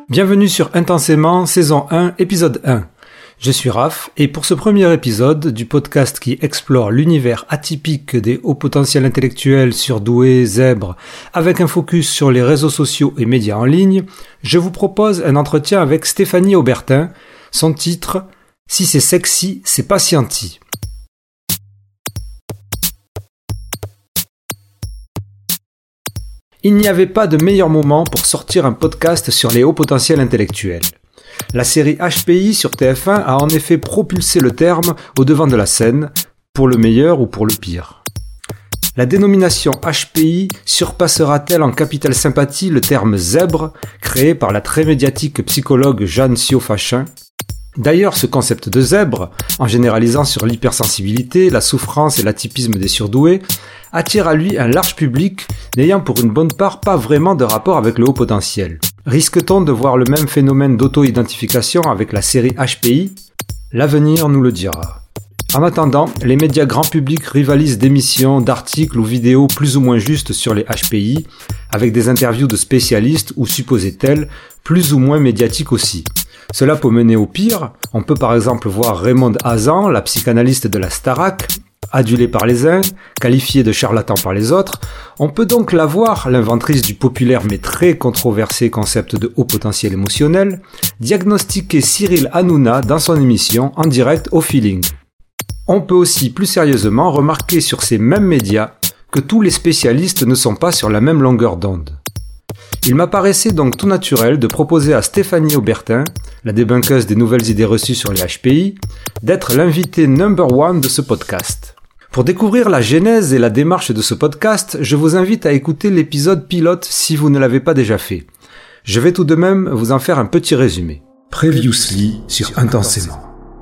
Bienvenue sur Intensément, saison 1, épisode 1. Je suis Raph, et pour ce premier épisode du podcast qui explore l'univers atypique des hauts potentiels intellectuels surdoués, zèbres, avec un focus sur les réseaux sociaux et médias en ligne, je vous propose un entretien avec Stéphanie Aubertin, son titre « Si c'est sexy, c'est pas scienti ». Il n'y avait pas de meilleur moment pour sortir un podcast sur les hauts potentiels intellectuels. La série HPI sur TF1 a en effet propulsé le terme au devant de la scène, pour le meilleur ou pour le pire. La dénomination HPI surpassera-t-elle en capital sympathie le terme zèbre, créé par la très médiatique psychologue Jeanne Siofachin ? D'ailleurs, ce concept de zèbre, en généralisant sur l'hypersensibilité, la souffrance et l'atypisme des surdoués, attire à lui un large public n'ayant pour une bonne part pas vraiment de rapport avec le haut potentiel. Risque-t-on de voir le même phénomène d'auto-identification avec la série HPI ? L'avenir nous le dira. En attendant, les médias grand public rivalisent d'émissions, d'articles ou vidéos plus ou moins justes sur les HPI, avec des interviews de spécialistes ou supposés tels, plus ou moins médiatiques aussi. Cela peut mener au pire. On peut par exemple voir Raymonde Hazan, la psychanalyste de la Starac, adulée par les uns, qualifiée de charlatan par les autres. On peut donc la voir, l'inventrice du populaire mais très controversé concept de haut potentiel émotionnel, diagnostiquer Cyril Hanouna dans son émission En direct au feeling. On peut aussi plus sérieusement remarquer sur ces mêmes médias que tous les spécialistes ne sont pas sur la même longueur d'onde. Il m'apparaissait donc tout naturel de proposer à Stéphanie Aubertin, la débunkeuse des nouvelles idées reçues sur les HPI, d'être l'invité number one de ce podcast. Pour découvrir la genèse et la démarche de ce podcast, je vous invite à écouter l'épisode pilote si vous ne l'avez pas déjà fait. Je vais tout de même vous en faire un petit résumé. Previously sur Intensément.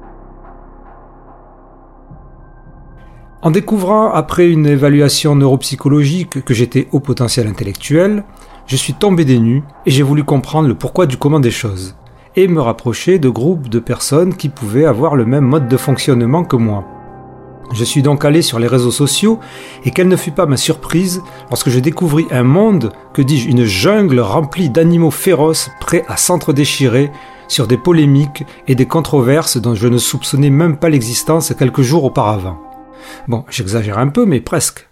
En découvrant après une évaluation neuropsychologique que j'étais haut potentiel intellectuel, je suis tombé des nues et j'ai voulu comprendre le pourquoi du comment des choses, et me rapprocher de groupes de personnes qui pouvaient avoir le même mode de fonctionnement que moi. Je suis donc allé sur les réseaux sociaux, et quelle ne fut pas ma surprise lorsque je découvris un monde, que dis-je, une jungle remplie d'animaux féroces prêts à s'entre-déchirer sur des polémiques et des controverses dont je ne soupçonnais même pas l'existence quelques jours auparavant. Bon, j'exagère un peu, mais presque.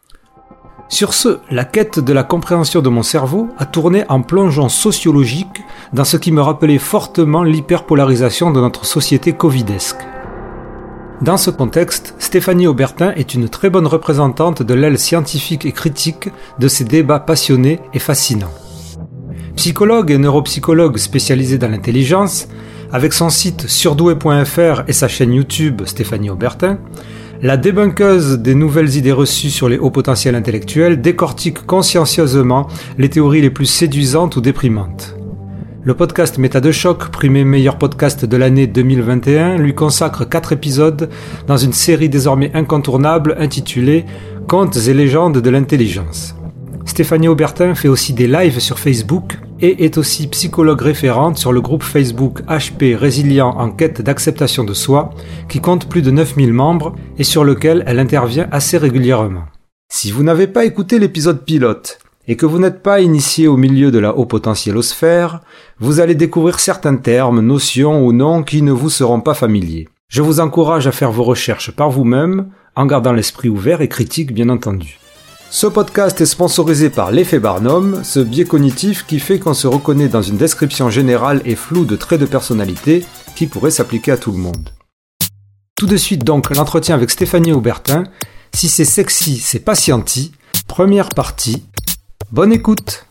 Sur ce, la quête de la compréhension de mon cerveau a tourné en plongeon sociologique dans ce qui me rappelait fortement l'hyperpolarisation de notre société covidesque. Dans ce contexte, Stéphanie Aubertin est une très bonne représentante de l'aile scientifique et critique de ces débats passionnés et fascinants. Psychologue et neuropsychologue spécialisée dans l'intelligence, avec son site surdoué.fr et sa chaîne YouTube Stéphanie Aubertin, la débunkeuse des nouvelles idées reçues sur les hauts potentiels intellectuels décortique consciencieusement les théories les plus séduisantes ou déprimantes. Le podcast Méta de Choc, primé meilleur podcast de l'année 2021, lui consacre 4 épisodes dans une série désormais incontournable intitulée « Contes et légendes de l'intelligence ». Stéphanie Aubertin fait aussi des lives sur Facebook et est aussi psychologue référente sur le groupe Facebook HP Résilient en quête d'acceptation de soi, qui compte plus de 9000 membres et sur lequel elle intervient assez régulièrement. Si vous n'avez pas écouté l'épisode pilote et que vous n'êtes pas initié au milieu de la haut potentielosphère, vous allez découvrir certains termes, notions ou noms qui ne vous seront pas familiers. Je vous encourage à faire vos recherches par vous-même, en gardant l'esprit ouvert et critique bien entendu. Ce podcast est sponsorisé par l'effet Barnum, ce biais cognitif qui fait qu'on se reconnaît dans une description générale et floue de traits de personnalité qui pourrait s'appliquer à tout le monde. Tout de suite donc l'entretien avec Stéphanie Aubertin. Si c'est sexy, c'est pas scienti. Première partie. Bonne écoute.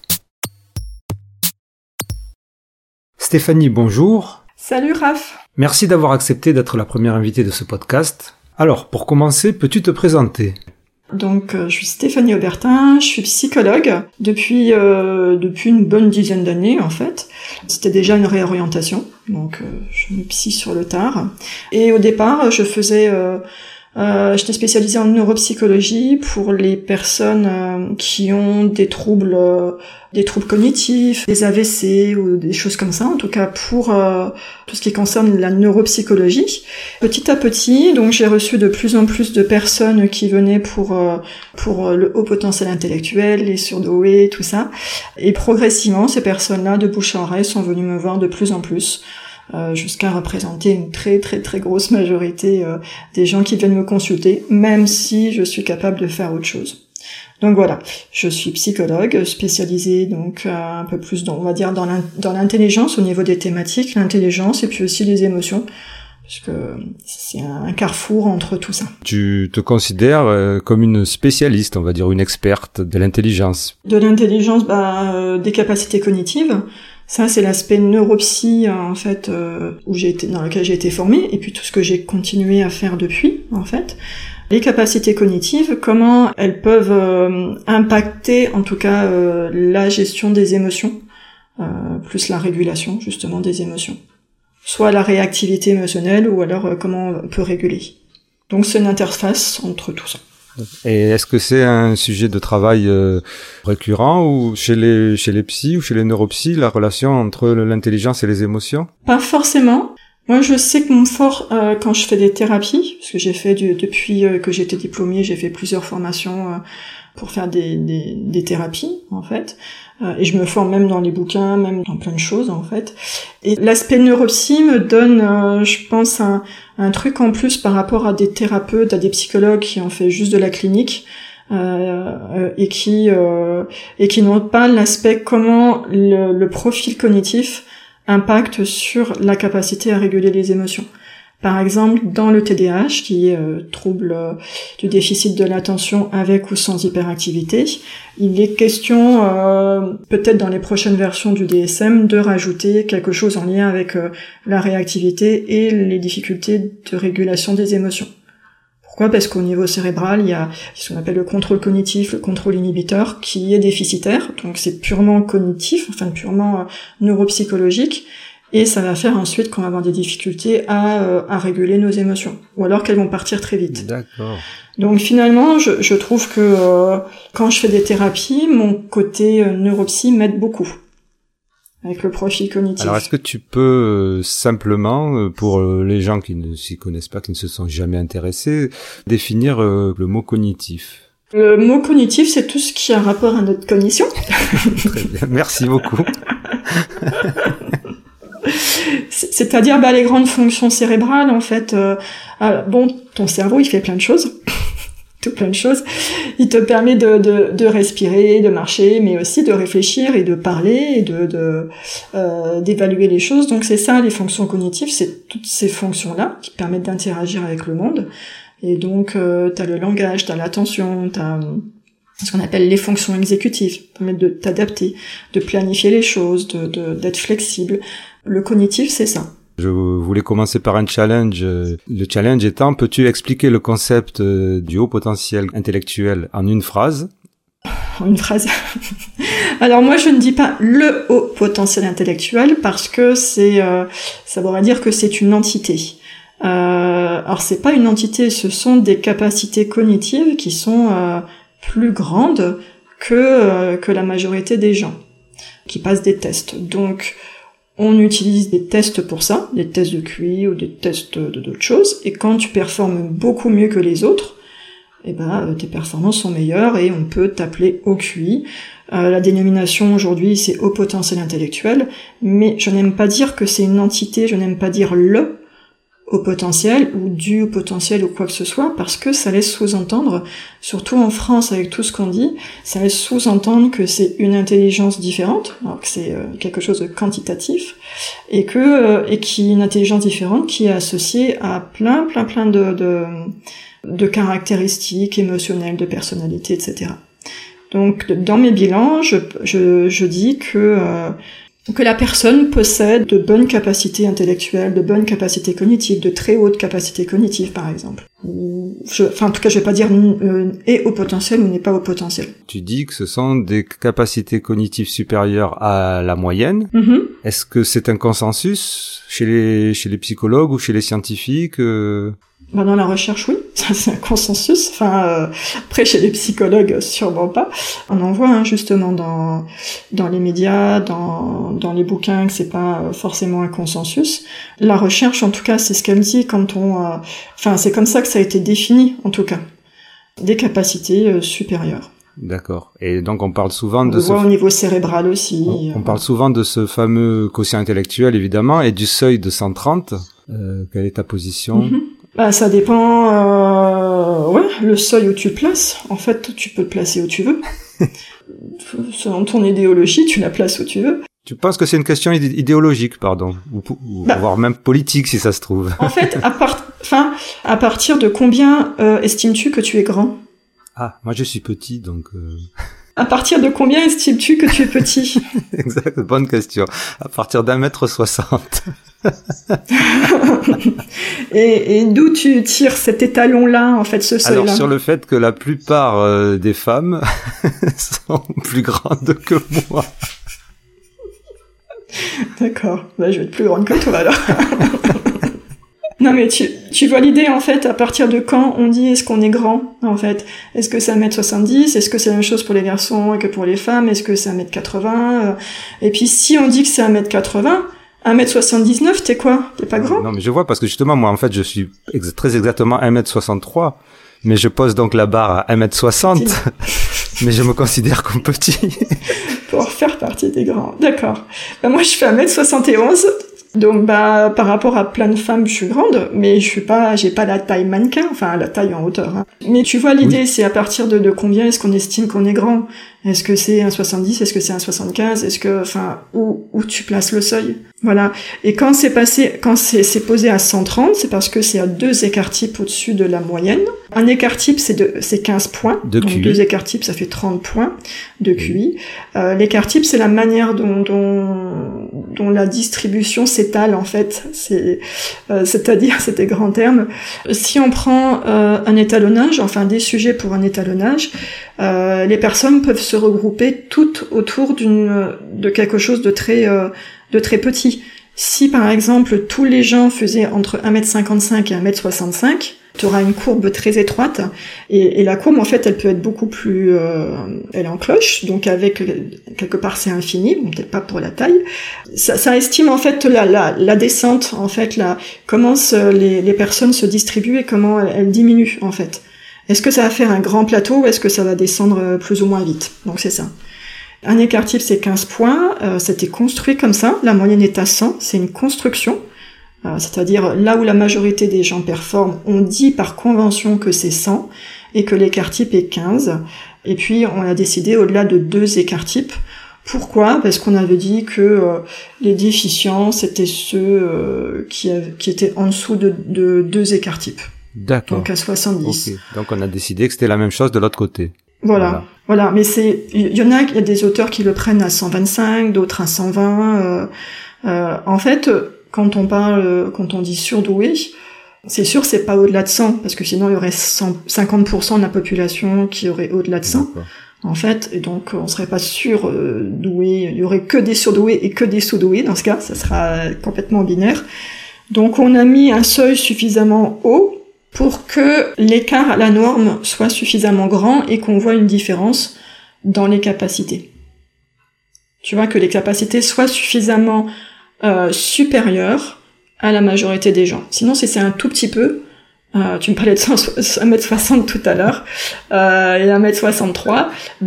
Stéphanie, bonjour. Salut Raph. Merci d'avoir accepté d'être la première invitée de ce podcast. Alors, pour commencer, peux-tu te présenter ? Donc, je suis Stéphanie Aubertin, je suis psychologue depuis une bonne dizaine d'années en fait. C'était déjà une réorientation, donc je me psy sur le tard. Et au départ, je faisais J'étais spécialisée en neuropsychologie pour les personnes qui ont des troubles cognitifs, des AVC ou des choses comme ça, en tout cas pour tout ce qui concerne la neuropsychologie. Petit à petit, donc j'ai reçu de plus en plus de personnes qui venaient pour le haut potentiel intellectuel, les surdoués, tout ça. Et progressivement, ces personnes-là, de bouche à oreille, sont venues me voir de plus en plus. Jusqu'à représenter une très très très grosse majorité des gens qui viennent me consulter, même si je suis capable de faire autre chose. Donc voilà, je suis psychologue spécialisée donc un peu plus on va dire dans l'intelligence au niveau des thématiques, l'intelligence et puis aussi les émotions, parce que c'est un carrefour entre tout ça. Tu te considères comme une spécialiste, on va dire une experte de l'intelligence. De l'intelligence, des capacités cognitives. Ça, c'est l'aspect neuropsy, en fait, dans lequel j'ai été formée, et puis tout ce que j'ai continué à faire depuis, en fait. Les capacités cognitives, comment elles peuvent impacter, en tout cas, la gestion des émotions, plus la régulation, justement, des émotions. Soit la réactivité émotionnelle, ou alors comment on peut réguler. Donc, c'est une interface entre tout ça. Et est-ce que c'est un sujet de travail récurrent ou chez les psys ou chez les neuropsys, la relation entre l'intelligence et les émotions? Pas forcément. Moi, je sais que mon fort, quand je fais des thérapies, parce que j'ai fait depuis que j'étais diplômée, j'ai fait plusieurs formations pour faire des thérapies, en fait. Et je me forme même dans les bouquins, même dans plein de choses, en fait. Et l'aspect neuropsy me donne, je pense, un truc en plus par rapport à des thérapeutes, à des psychologues qui ont fait juste de la clinique, et qui n'ont pas l'aspect comment le profil cognitif impacte sur la capacité à réguler les émotions. Par exemple, dans le TDAH, qui est trouble du déficit de l'attention avec ou sans hyperactivité, il est question, peut-être dans les prochaines versions du DSM, de rajouter quelque chose en lien avec la réactivité et les difficultés de régulation des émotions. Pourquoi ? Parce qu'au niveau cérébral, il y a ce qu'on appelle le contrôle cognitif, le contrôle inhibiteur, qui est déficitaire, donc c'est purement cognitif, enfin purement neuropsychologique, et ça va faire ensuite qu'on va avoir des difficultés à réguler nos émotions, ou alors qu'elles vont partir très vite. D'accord. Donc finalement, je trouve que quand je fais des thérapies, mon côté neuropsy m'aide beaucoup avec le profil cognitif. Alors est-ce que tu peux simplement, pour les gens qui ne s'y connaissent pas, qui ne se sont jamais intéressés, définir le mot cognitif? Le mot cognitif, c'est tout ce qui a rapport à notre cognition. Très bien, merci beaucoup. C'est-à-dire les grandes fonctions cérébrales, en fait. Ton cerveau, il fait plein de choses. Tout plein de choses. Il te permet de respirer, de marcher, mais aussi de réfléchir et de parler et d'évaluer les choses. Donc c'est ça, les fonctions cognitives, c'est toutes ces fonctions-là qui permettent d'interagir avec le monde. Et donc t'as le langage, t'as l'attention, t'as ce qu'on appelle les fonctions exécutives, qui permettent de t'adapter, de planifier les choses, d'être flexible. Le cognitif, c'est ça. Je voulais commencer par un challenge. Le challenge étant, peux-tu expliquer le concept du haut potentiel intellectuel en une phrase? Une phrase. Alors moi, je ne dis pas le haut potentiel intellectuel parce que ça voudrait dire que c'est une entité. Alors c'est pas une entité, ce sont des capacités cognitives qui sont plus grandes que la majorité des gens qui passent des tests. Donc on utilise des tests pour ça, des tests de QI ou des tests d'autres choses, et quand tu performes beaucoup mieux que les autres, tes performances sont meilleures et on peut t'appeler haut QI. La dénomination aujourd'hui, c'est haut potentiel intellectuel, mais je n'aime pas dire que c'est une entité, je n'aime pas dire le haut potentiel ou du haut potentiel ou quoi que ce soit, parce que ça laisse sous-entendre, surtout en France avec tout ce qu'on dit, ça laisse sous-entendre que c'est une intelligence différente, alors que c'est quelque chose de quantitatif, et qui une intelligence différente qui est associée à plein de caractéristiques émotionnelles, de personnalité, etc. Donc dans mes bilans, je dis que la personne possède de bonnes capacités intellectuelles, de bonnes capacités cognitives, de très hautes capacités cognitives, par exemple. En tout cas, je vais pas dire est au potentiel ou n'est pas au potentiel. Tu dis que ce sont des capacités cognitives supérieures à la moyenne. Mm-hmm. Est-ce que c'est un consensus chez les psychologues ou chez les scientifiques Dans la recherche, oui, ça c'est un consensus. Après chez les psychologues, sûrement pas. On en voit justement dans les médias, dans les bouquins, que c'est pas forcément un consensus. La recherche, en tout cas, c'est ce qu'elle dit c'est comme ça que ça a été défini, en tout cas. Des capacités supérieures. D'accord. Et donc on parle souvent on voit au niveau cérébral aussi. On parle souvent de ce fameux quotient intellectuel, évidemment, et du seuil de 130. Quelle est ta position? Ça dépend. Le seuil où tu le places. En fait, tu peux le placer où tu veux. Selon ton idéologie, tu la places où tu veux. Tu penses que c'est une question idéologique, pardon, ou voire même politique, si ça se trouve. En fait, à partir de combien estimes-tu que tu es grand? Ah, moi je suis petit, donc... À partir de combien estimes-tu que tu es petit? Exact, bonne question. À partir d'1m60. Et d'où tu tires cet étalon-là, en fait, ce seuil-là? Alors, sur le fait que la plupart des femmes sont plus grandes que moi. D'accord. Je vais être plus grande que toi, alors. Non, mais tu vois l'idée, en fait, à partir de quand on dit est-ce qu'on est grand, en fait? Est-ce que c'est 1m70? Est-ce que c'est la même chose pour les garçons que pour les femmes? Est-ce que c'est 1m80? Et puis, si on dit que c'est 1m80, 1m79, t'es quoi? T'es pas grand? Non, mais je vois, parce que justement, moi, en fait, je suis très exactement 1m63, mais je pose donc la barre à 1m60, mais je me considère comme petit. Pour faire partie des grands. D'accord. Moi, je fais 1m71. Donc par rapport à plein de femmes, je suis grande, mais j'ai pas la taille mannequin, la taille en hauteur. Mais tu vois l'idée, c'est à partir de combien est-ce qu'on estime qu'on est grand? Est-ce que c'est un 70? Est-ce que c'est un 75? Est-ce que où tu places le seuil? Voilà. Et quand c'est posé à 130, c'est parce que c'est à 2 écarts-types au-dessus de la moyenne. Un écart-type, c'est 15 points. Donc QI. 2 écarts-types, ça fait 30 points de QI. L'écart-type, c'est la manière dont la distribution s'étale, en fait. C'est-à-dire, c'est des grands termes. Si on prend un étalonnage, des sujets pour un étalonnage, les personnes peuvent se regrouper toutes autour de quelque chose de très petit. Si par exemple tous les gens faisaient entre 1m55 et 1m65, tu auras une courbe très étroite, et la courbe en fait elle peut être beaucoup plus elle est en cloche, donc avec quelque part c'est infini, bon, peut-être pas pour la taille. Ça estime en fait la descente, en fait comment les personnes se distribuent et comment elles diminuent en fait. Est-ce que ça va faire un grand plateau ou est-ce que ça va descendre plus ou moins vite? Donc c'est ça. Un écart-type, c'est 15 points. C'était construit comme ça. La moyenne est à 100. C'est une construction. C'est-à-dire là où la majorité des gens performent, on dit par convention que c'est 100 et que l'écart-type est 15. Et puis on a décidé au-delà de 2 écarts-types. Pourquoi? Parce qu'on avait dit que les déficients, c'était ceux qui étaient en dessous de 2 écarts-types. D'accord. Donc à 70. Okay. Donc on a décidé que c'était la même chose de l'autre côté. Voilà. Mais il y a des auteurs qui le prennent à 125, d'autres à 120. En fait, quand on dit surdoué, c'est sûr c'est pas au-delà de 100, parce que sinon il y aurait 50% de la population qui aurait au-delà de 100. D'accord. En fait, et donc on serait pas surdoué, il y aurait que des surdoués et que des sous-doués, dans ce cas, ça sera complètement binaire. Donc on a mis un seuil suffisamment haut pour que l'écart à la norme soit suffisamment grand et qu'on voit une différence dans les capacités. Tu vois, que les capacités soient suffisamment supérieures à la majorité des gens. Sinon, si c'est un tout petit peu, tu me parlais de 1m60 tout à l'heure, et 1m63,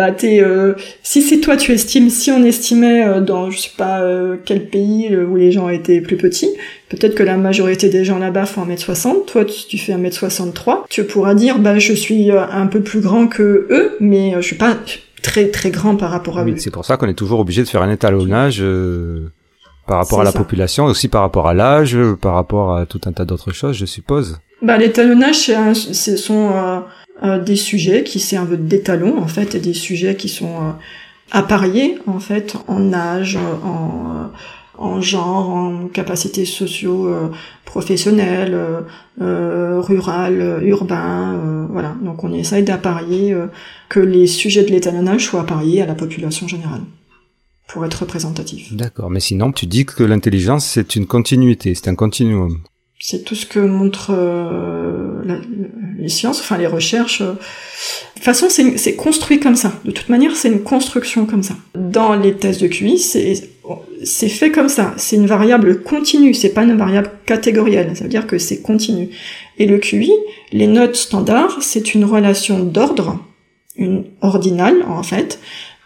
si on estimait dans je sais pas quel pays où les gens étaient plus petits, peut-être que la majorité des gens là-bas font 1m60, toi tu fais 1m63, tu pourras dire je suis un peu plus grand que eux, mais je suis pas très très grand par rapport à eux. C'est pour ça qu'on est toujours obligé de faire un étalonnage par rapport à la population, aussi par rapport à l'âge, par rapport à tout un tas d'autres choses, je suppose. L'étalonnage, ce sont des sujets qui servent d'étalons, en fait, et des sujets qui sont appariés, en fait, en âge, en genre, en capacités socio-professionnelles, rurales, urbains, voilà. Donc on essaye d'apparier, que les sujets de l'étalonnage soient appariés à la population générale, pour être représentatif. D'accord, mais sinon tu dis que l'intelligence c'est une continuité, c'est un continuum. C'est tout ce que montre les sciences, enfin les recherches. De toute façon, c'est construit comme ça. De toute manière, c'est une construction comme ça. Dans les tests de QI, c'est fait comme ça. C'est une variable continue, c'est pas une variable catégorielle. Ça veut dire que c'est continu. Et le QI, les notes standards, c'est une relation d'ordre, une ordinale en fait.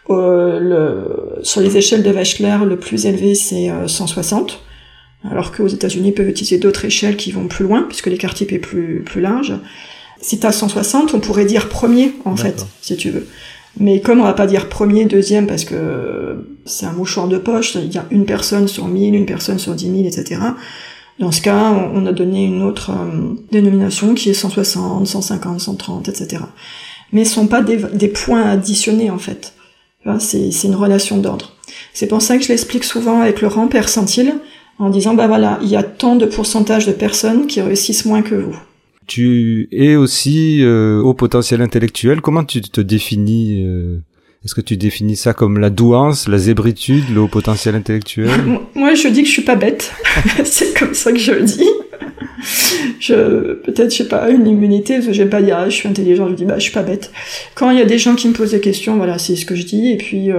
Sur les échelles de Wechsler, le plus élevé c'est 160. Alors qu'aux États-Unis, ils peuvent utiliser d'autres échelles qui vont plus loin, puisque l'écart type est plus large. Si t'as 160, on pourrait dire premier, en fait, si tu veux. Mais comme on va pas dire premier, deuxième, parce que c'est un mouchoir de poche, il y a une personne sur 1000, une personne sur 10 000, etc. Dans ce cas, on a donné une autre dénomination qui est 160, 150, 130, etc. Mais ce sont pas des points additionnés, en fait. C'est une relation d'ordre. C'est pour ça que je l'explique souvent avec le rang percentile, en disant, bah voilà, il y a tant de pourcentage de personnes qui réussissent moins que vous. Tu es aussi haut potentiel intellectuel. Comment tu te définis Est-ce que tu définis ça comme la douance, la zébritude, le haut potentiel intellectuel? Moi, je dis que je suis pas bête. C'est comme ça que je le dis. Peut-être, je sais pas, une immunité, je vais pas dire, je suis intelligent, je dis, bah, je suis pas bête. Quand il y a des gens qui me posent des questions, voilà, c'est ce que je dis, et puis,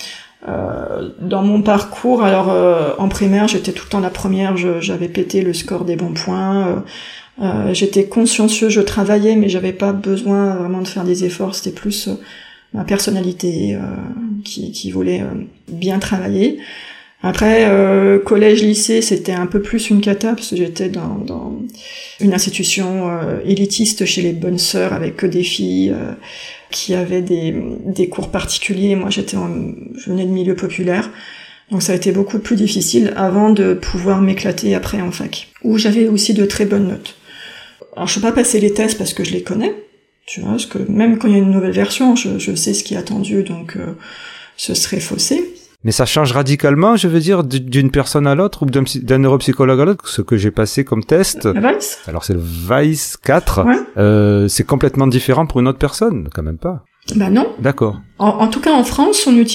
dans mon parcours, alors en primaire, j'étais tout le temps la première, j'avais pété le score des bons points, j'étais consciencieux, je travaillais, mais j'avais pas besoin vraiment de faire des efforts, c'était plus ma personnalité qui voulait bien travailler. Après, collège, lycée, c'était un peu plus une cata, parce que j'étais dans une institution élitiste chez les bonnes sœurs, avec que des filles qui avaient des cours particuliers. Moi, je venais de milieu populaire, donc ça a été beaucoup plus difficile avant de pouvoir m'éclater après en fac, où j'avais aussi de très bonnes notes. Alors, je peux pas passer les tests parce que je les connais, tu vois, parce que même quand il y a une nouvelle version, je sais ce qui est attendu, donc ce serait faussé. Mais ça change radicalement, je veux dire, d'une personne à l'autre ou d'un neuropsychologue à l'autre, ce que j'ai passé comme test. Le Weiss. Alors c'est le Weiss 4. Ouais. C'est complètement différent pour une autre personne, quand même pas. Bah non. D'accord. En tout cas, en France, on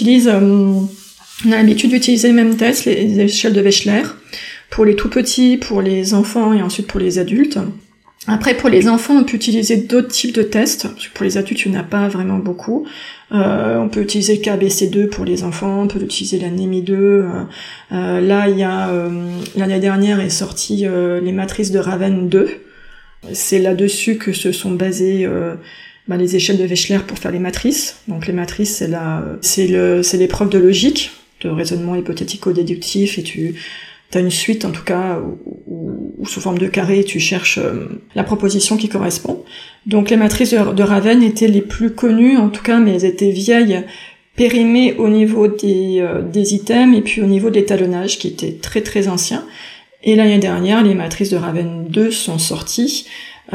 a l'habitude d'utiliser les mêmes tests, les échelles de Wechsler, pour les tout petits, pour les enfants et ensuite pour les adultes. Après, pour les enfants, on peut utiliser d'autres types de tests, parce que pour les adultes, il n'y en a pas vraiment beaucoup. On peut utiliser le KBC2 pour les enfants, on peut utiliser l'anémie 2. Là, il y a l'année dernière est sorti les matrices de Raven 2. C'est là-dessus que se sont basées les échelles de Wechsler pour faire les matrices. Donc les matrices, c'est l'épreuve de logique, de raisonnement hypothético-déductif, et t'as une suite, en tout cas, où sous forme de carré, tu cherches la proposition qui correspond. Donc les matrices de Raven étaient les plus connues, en tout cas, mais elles étaient vieilles, périmées au niveau des items, et puis au niveau de l'étalonnage, qui était très très ancien. Et l'année dernière, les matrices de Raven 2 sont sorties,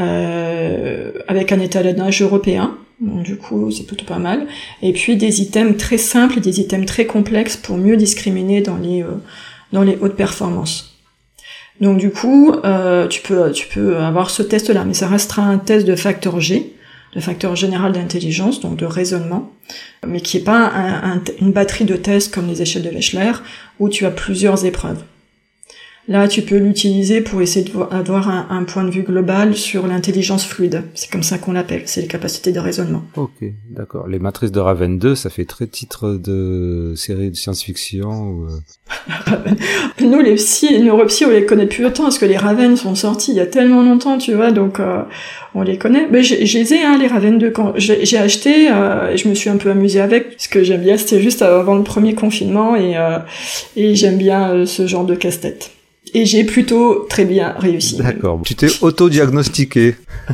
avec un étalonnage européen. Donc, du coup, c'est plutôt pas mal. Et puis des items très simples, des items très complexes pour mieux discriminer dans les hautes performances. Donc du coup, tu peux avoir ce test-là, mais ça restera un test de facteur G, de facteur général d'intelligence, donc de raisonnement, mais qui est pas une batterie de tests comme les échelles de Wechsler, où tu as plusieurs épreuves. Là, tu peux l'utiliser pour essayer d'avoir un point de vue global sur l'intelligence fluide. C'est comme ça qu'on l'appelle, c'est les capacités de raisonnement. Ok, d'accord. Les matrices de Raven 2, ça fait très titre de série de science-fiction. Nous, les neuropsy, on les connaît plus autant, parce que les Raven sont sortis il y a tellement longtemps, tu vois, donc on les connaît. Mais je les ai, les Raven 2, quand j'ai acheté, et je me suis un peu amusée avec. Ce que j'aime bien, c'était juste avant le premier confinement, et j'aime bien ce genre de casse-tête. Et j'ai plutôt très bien réussi. D'accord. Tu t'es auto-diagnostiqué.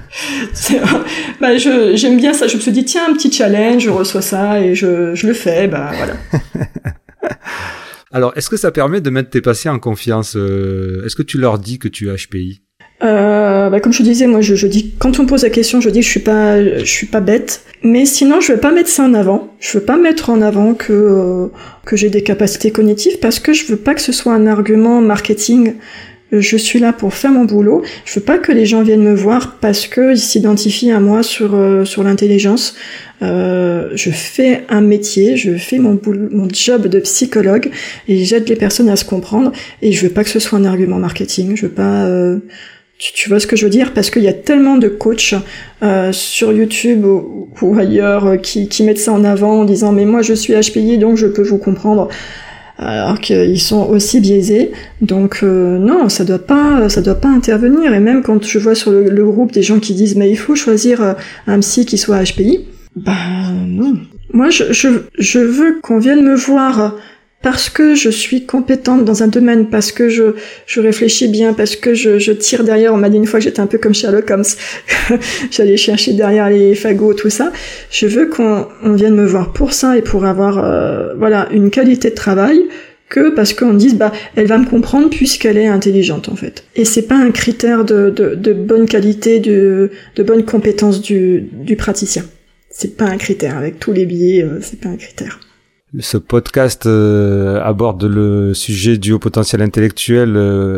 J'aime bien ça. Je me suis dit, tiens, un petit challenge, je reçois ça et je le fais, voilà. Alors, est-ce que ça permet de mettre tes patients en confiance? Est-ce que tu leur dis que tu es HPI? Comme je disais, moi, je dis, quand on me pose la question, je dis que je suis pas bête. Mais sinon, je veux pas mettre ça en avant. Je veux pas mettre en avant que j'ai des capacités cognitives, parce que je veux pas que ce soit un argument marketing. Je suis là pour faire mon boulot. Je veux pas que les gens viennent me voir parce que ils s'identifient à moi sur l'intelligence. Je fais un métier, je fais mon job de psychologue et j'aide les personnes à se comprendre. Et je veux pas que ce soit un argument marketing. Je veux pas Tu vois ce que je veux dire? Parce qu'il y a tellement de coachs sur YouTube ou ailleurs qui mettent ça en avant en disant mais moi je suis HPI donc je peux vous comprendre, alors qu'ils sont aussi biaisés. Donc non, ça doit pas intervenir. Et même quand je vois sur le groupe des gens qui disent mais il faut choisir un psy qui soit HPI, non. Moi je veux qu'on vienne me voir parce que je suis compétente dans un domaine, parce que je réfléchis bien, parce que je tire derrière. On m'a dit une fois que j'étais un peu comme Sherlock Holmes. J'allais chercher derrière les fagots, tout ça. Je veux qu'on vienne me voir pour ça et pour avoir une qualité de travail, que parce qu'on dise elle va me comprendre puisqu'elle est intelligente en fait. Et c'est pas un critère de bonne qualité, de bonne compétence du praticien. C'est pas un critère. Avec tous les biais, c'est pas un critère. Ce podcast aborde le sujet du haut potentiel intellectuel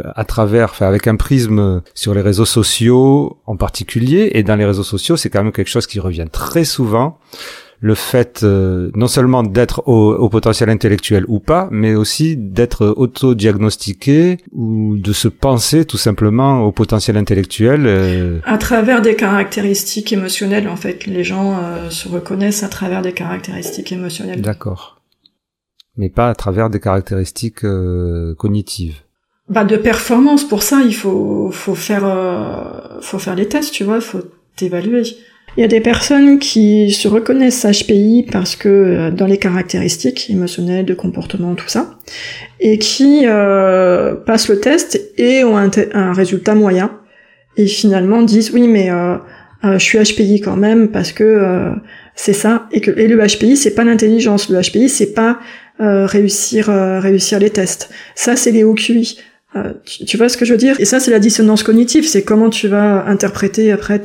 avec un prisme sur les réseaux sociaux en particulier. Et dans les réseaux sociaux, c'est quand même quelque chose qui revient très souvent. Le fait non seulement d'être au potentiel intellectuel ou pas, mais aussi d'être auto-diagnostiqué ou de se penser tout simplement au potentiel intellectuel. À travers des caractéristiques émotionnelles, en fait. Les gens se reconnaissent à travers des caractéristiques émotionnelles. D'accord. Mais pas à travers des caractéristiques cognitives. De performance, pour ça, il faut faire les tests, tu vois, faut t'évaluer. Il y a des personnes qui se reconnaissent HPI parce que dans les caractéristiques émotionnelles, de comportement, tout ça, et qui passent le test et ont un résultat moyen, et finalement disent oui mais je suis HPI quand même parce que c'est ça, et le HPI c'est pas l'intelligence, le HPI c'est pas réussir les tests. Ça, c'est les hauts QI. Tu vois ce que je veux dire? Et ça, c'est la dissonance cognitive. C'est comment tu vas interpréter après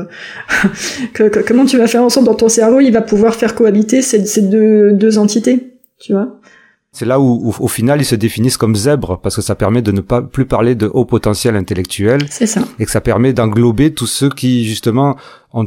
comment tu vas faire en sorte dans ton cerveau, il va pouvoir faire cohabiter ces deux entités. Tu vois? C'est là où, au final, ils se définissent comme zèbres, parce que ça permet de ne pas plus parler de haut potentiel intellectuel. C'est ça. Et que ça permet d'englober tous ceux qui, justement,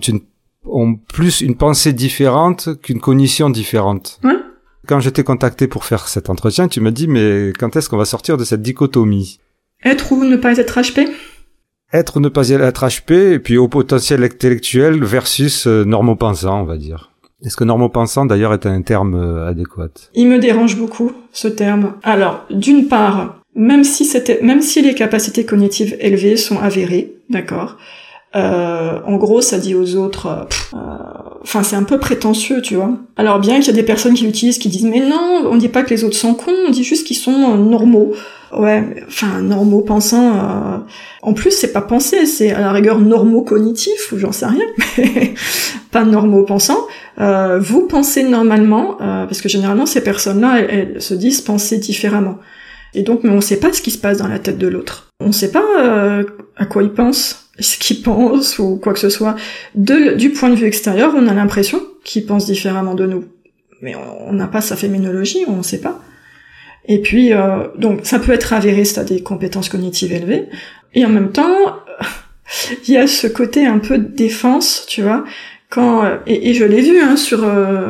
ont plus une pensée différente qu'une cognition différente. Ouais. Quand je t'ai contacté pour faire cet entretien, tu m'as dit, mais quand est-ce qu'on va sortir de cette dichotomie? Être ou ne pas être HP? Être ou ne pas être HP, et puis haut potentiel intellectuel versus normopensant, on va dire. Est-ce que normopensant, d'ailleurs, est un terme adéquat? Il me dérange beaucoup, ce terme. Alors, d'une part, même si les capacités cognitives élevées sont avérées, d'accord, en gros, ça dit aux autres, c'est un peu prétentieux, tu vois. Alors bien qu'il y a des personnes qui l'utilisent, qui disent mais non, on dit pas que les autres sont cons, on dit juste qu'ils sont normaux. Ouais, normaux pensants. En plus, c'est pas penser, c'est à la rigueur normaux cognitifs ou j'en sais rien, mais pas normaux pensants. Vous pensez normalement, parce que généralement ces personnes-là, elles se disent penser différemment. Et donc, mais on sait pas ce qui se passe dans la tête de l'autre. On sait pas à quoi il pense, ce qu'il pense ou quoi que ce soit. Du point de vue extérieur, on a l'impression qu'il pense différemment de nous. Mais on n'a pas sa phénoménologie, on ne sait pas. Et puis, donc, ça peut être avéré si t'as des compétences cognitives élevées. Et en même temps, il y a ce côté un peu de défense, tu vois. Et je l'ai vu sur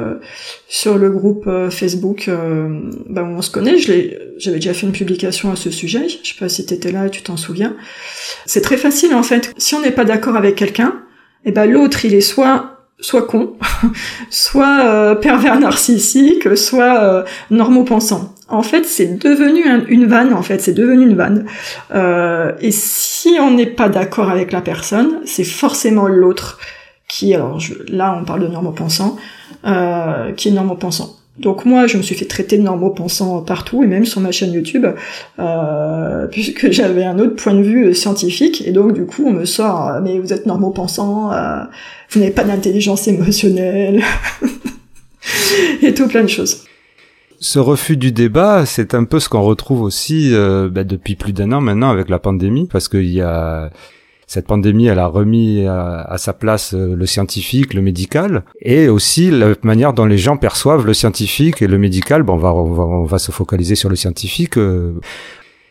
le groupe Facebook où on se connaît, j'avais déjà fait une publication à ce sujet, je sais pas si t'étais là et tu t'en souviens. C'est très facile en fait, si on n'est pas d'accord avec quelqu'un, l'autre il est soit con, soit pervers narcissique, soit normopensant. En fait, c'est devenu une vanne, et si on n'est pas d'accord avec la personne, c'est forcément l'autre qui, là on parle de normopensant, qui est normopensant. Donc moi je me suis fait traiter de normopensant partout, et même sur ma chaîne YouTube, puisque j'avais un autre point de vue scientifique, et donc du coup on me sort mais vous êtes normopensant, vous n'avez pas d'intelligence émotionnelle, et tout plein de choses. Ce refus du débat, c'est un peu ce qu'on retrouve aussi depuis plus d'1 an maintenant avec la pandémie, parce qu'il y a... Cette pandémie, elle a remis à sa place le scientifique, le médical, et aussi la manière dont les gens perçoivent le scientifique et le médical. On va se focaliser sur le scientifique.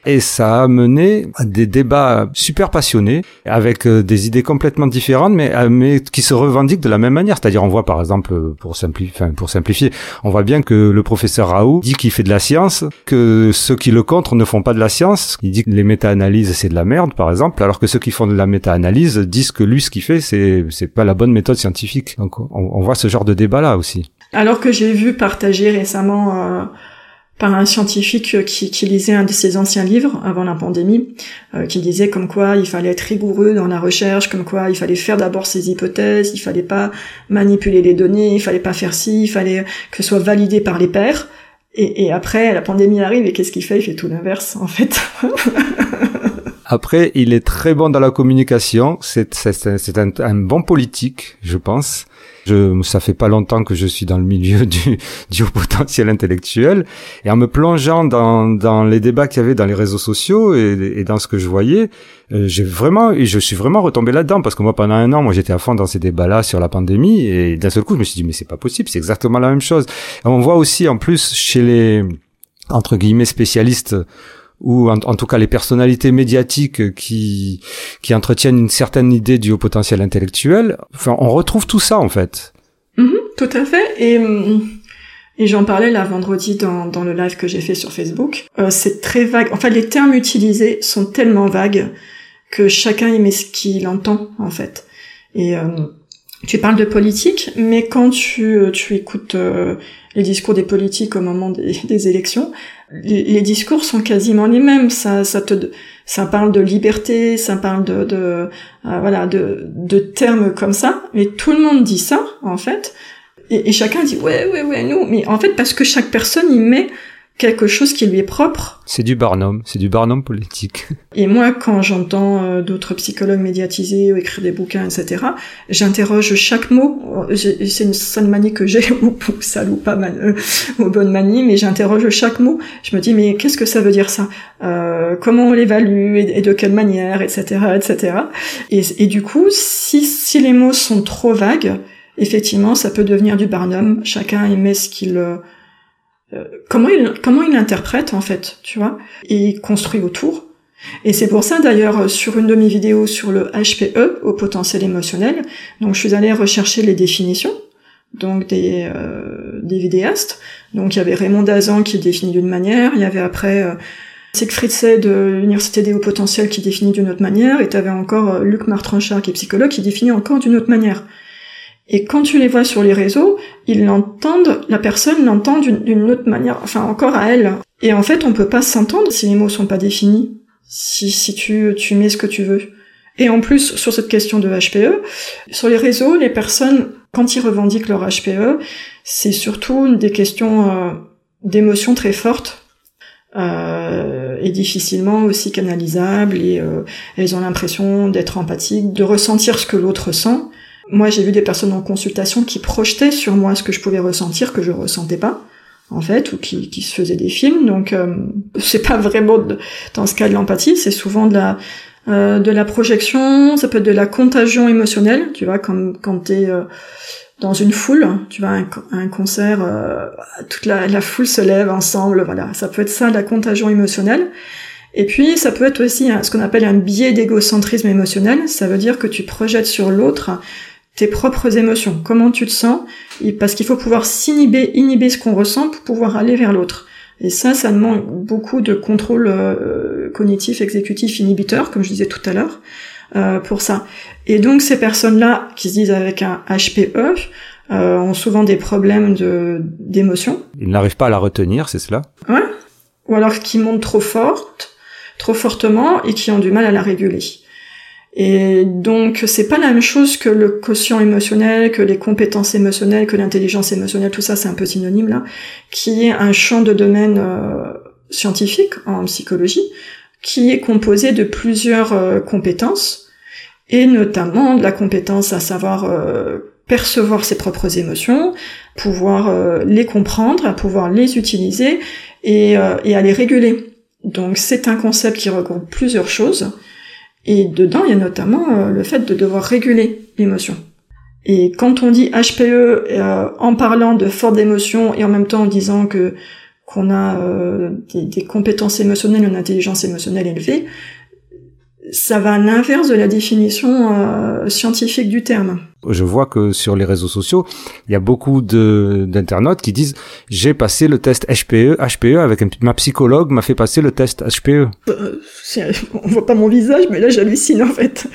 Et ça a mené à des débats super passionnés, avec des idées complètement différentes, mais qui se revendiquent de la même manière. C'est-à-dire, on voit par exemple, pour simplifier, on voit bien que le professeur Raoult dit qu'il fait de la science, que ceux qui le contre ne font pas de la science. Il dit que les méta-analyses, c'est de la merde, par exemple, alors que ceux qui font de la méta-analyse disent que lui, ce qu'il fait, c'est pas la bonne méthode scientifique. Donc, on voit ce genre de débat-là aussi. Alors que j'ai vu partager récemment par un scientifique qui lisait un de ses anciens livres avant la pandémie, qui disait comme quoi il fallait être rigoureux dans la recherche, comme quoi il fallait faire d'abord ses hypothèses, il fallait pas manipuler les données, il fallait pas faire ci, il fallait que ce soit validé par les pairs. Et après, la pandémie arrive et qu'est-ce qu'il fait ? Il fait tout l'inverse, en fait. Après, il est très bon dans la communication. C'est un bon politique, je pense. Ça fait pas longtemps que je suis dans le milieu du haut potentiel intellectuel, et en me plongeant dans les débats qu'il y avait dans les réseaux sociaux et dans ce que je voyais, je suis vraiment retombé là-dedans, parce que moi pendant un an, j'étais à fond dans ces débats-là sur la pandémie, et d'un seul coup je me suis dit mais c'est pas possible, c'est exactement la même chose. Et on voit aussi en plus chez les entre guillemets spécialistes, ou en tout cas les personnalités médiatiques qui entretiennent une certaine idée du haut potentiel intellectuel, enfin on retrouve tout ça en fait. Tout à fait, et j'en parlais là vendredi dans le live que j'ai fait sur Facebook. C'est très vague, enfin les termes utilisés sont tellement vagues que chacun y met ce qu'il entend en fait. Et tu parles de politique, mais quand tu écoutes les discours des politiques au moment des élections, les discours sont quasiment les mêmes. Ça parle de liberté, ça parle de termes comme ça, mais tout le monde dit ça en fait, et chacun dit ouais nous, mais en fait parce que chaque personne y met quelque chose qui lui est propre. C'est du Barnum politique. Et moi, quand j'entends d'autres psychologues médiatisés ou écrire des bouquins, etc., j'interroge chaque mot. C'est une sale manie que j'ai, ou sale ou pas ou bonne manie, mais j'interroge chaque mot. Je me dis, mais qu'est-ce que ça veut dire ça ? Comment on l'évalue et de quelle manière, etc., etc. Et du coup, si les mots sont trop vagues, effectivement, ça peut devenir du Barnum. Chacun émet ce qu'il comment il l'interprète en fait, tu vois, et il construit autour. Et c'est pour ça d'ailleurs, sur une de mes vidéos sur le HPE, au potentiel émotionnel, donc je suis allée rechercher les définitions, donc des vidéastes. Donc il y avait Raymond Dazan qui définit d'une manière, il y avait après Siegfried Say de l'Université des hauts potentiels qui définit d'une autre manière, et tu avais encore Luc Martranchard qui est psychologue qui définit encore d'une autre manière. Et quand tu les vois sur les réseaux, la personne l'entend d'une autre manière, enfin encore à elle. Et en fait, on peut pas s'entendre si les mots sont pas définis, si tu mets ce que tu veux. Et en plus, sur cette question de HPE, sur les réseaux, les personnes, quand ils revendiquent leur HPE, c'est surtout des questions d'émotions très fortes, et difficilement aussi canalisables, et elles ont l'impression d'être empathiques, de ressentir ce que l'autre ressent. Moi, j'ai vu des personnes en consultation qui projetaient sur moi ce que je pouvais ressentir, que je ressentais pas, en fait, ou qui se faisaient des films. Donc, c'est pas vraiment dans ce cas de l'empathie, c'est souvent de la projection, ça peut être de la contagion émotionnelle, tu vois, comme quand t'es dans une foule, tu vas à un concert, toute la foule se lève ensemble, voilà, ça peut être ça, la contagion émotionnelle. Et puis, ça peut être aussi ce qu'on appelle un biais d'égocentrisme émotionnel, ça veut dire que tu projettes sur l'autre tes propres émotions, comment tu te sens, parce qu'il faut pouvoir inhiber ce qu'on ressent pour pouvoir aller vers l'autre. Et ça demande beaucoup de contrôle cognitif, exécutif, inhibiteur, comme je disais tout à l'heure, pour ça. Et donc ces personnes-là, qui se disent avec un HPE, ont souvent des problèmes d'émotion. Ils n'arrivent pas à la retenir, c'est cela ? Ouais. Ou alors qui montent trop fortement, et qui ont du mal à la réguler. Et donc, c'est pas la même chose que le quotient émotionnel, que les compétences émotionnelles, que l'intelligence émotionnelle, tout ça, c'est un peu synonyme, là, qui est un champ de domaine scientifique en psychologie, qui est composé de plusieurs compétences, et notamment de la compétence à savoir percevoir ses propres émotions, pouvoir les comprendre, à pouvoir les utiliser, et à les réguler. Donc, c'est un concept qui regroupe plusieurs choses, et dedans, il y a notamment le fait de devoir réguler l'émotion. Et quand on dit HPE en parlant de fortes émotions et en même temps en disant qu'on a des compétences émotionnelles, une intelligence émotionnelle élevée, ça va à l'inverse de la définition scientifique du terme. Je vois que sur les réseaux sociaux, il y a beaucoup d'internautes qui disent « J'ai passé le test HPE avec ma psychologue m'a fait passer le test HPE. » On voit pas mon visage, mais là j'hallucine en fait.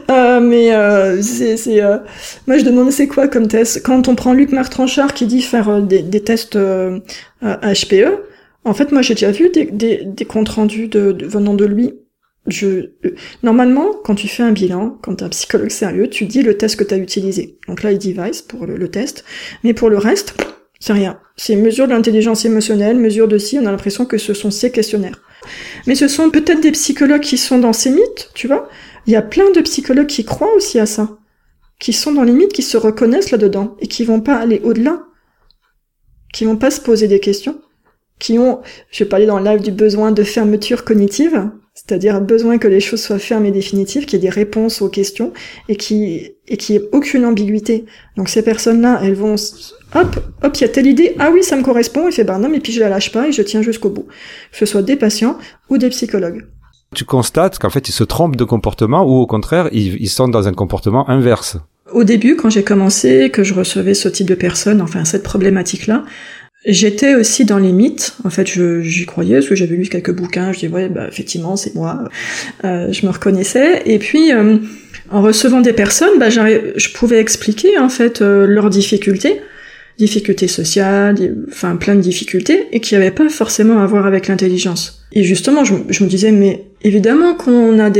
Moi je demande c'est quoi comme test. Quand on prend Luc Martranchard qui dit faire des tests HPE, en fait moi j'ai déjà vu des comptes rendus venant de lui. Normalement, quand tu fais un bilan, quand t'es un psychologue sérieux, tu dis le test que t'as utilisé. Donc là, il dit Vice pour le test. Mais pour le reste, c'est rien. C'est mesure de l'intelligence émotionnelle, mesure de ci, on a l'impression que ce sont ces questionnaires. Mais ce sont peut-être des psychologues qui sont dans ces mythes, tu vois. Il y a plein de psychologues qui croient aussi à ça. Qui sont dans les mythes, qui se reconnaissent là-dedans. Et qui vont pas aller au-delà. Qui vont pas se poser des questions. Qui ont, je vais parler dans le live du besoin de fermeture cognitive. C'est-à-dire un besoin que les choses soient fermes et définitives, qu'il y ait des réponses aux questions et qu'il y ait aucune ambiguïté. Donc ces personnes-là, elles vont hop, il y a telle idée, ah oui, ça me correspond, et fait non, mais puis je la lâche pas et je tiens jusqu'au bout. Que ce soit des patients ou des psychologues. Tu constates qu'en fait, ils se trompent de comportement ou au contraire, ils sont dans un comportement inverse. Au début, quand j'ai commencé, que je recevais ce type de personnes, enfin cette problématique-là, j'étais aussi dans les mythes. En fait, j'y croyais parce que j'avais lu quelques bouquins. Je dis ouais, effectivement, c'est moi. Je me reconnaissais. Et puis, en recevant des personnes, je pouvais expliquer en fait leurs difficultés sociales, enfin plein de difficultés, et qui n'avaient pas forcément à voir avec l'intelligence. Et justement, je me disais mais évidemment qu'on a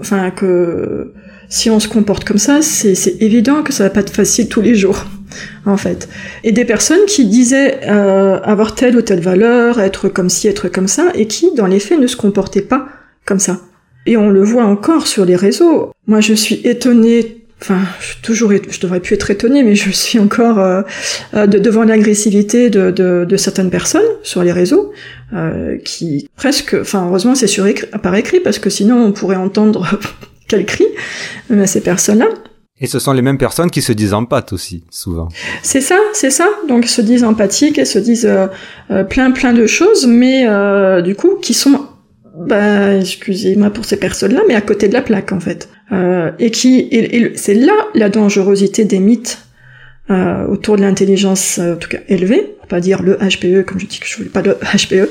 que si on se comporte comme ça, c'est évident que ça va pas être facile tous les jours. En fait. Et des personnes qui disaient avoir telle ou telle valeur, être comme ci, être comme ça, et qui, dans les faits, ne se comportaient pas comme ça. Et on le voit encore sur les réseaux. Moi, je suis étonnée, je devrais plus être étonnée, mais je suis encore devant l'agressivité de certaines personnes sur les réseaux, qui presque, heureusement c'est par écrit, parce que sinon on pourrait entendre quel cri, ces personnes-là. Et ce sont les mêmes personnes qui se disent empathes aussi, souvent. C'est ça. Donc, se disent empathiques et se disent plein de choses, mais du coup, qui sont, excusez-moi pour ces personnes-là, mais à côté de la plaque, en fait. Et c'est là la dangerosité des mythes autour de l'intelligence, en tout cas élevée, pas dire le HPE, comme je dis que je voulais pas le HPE,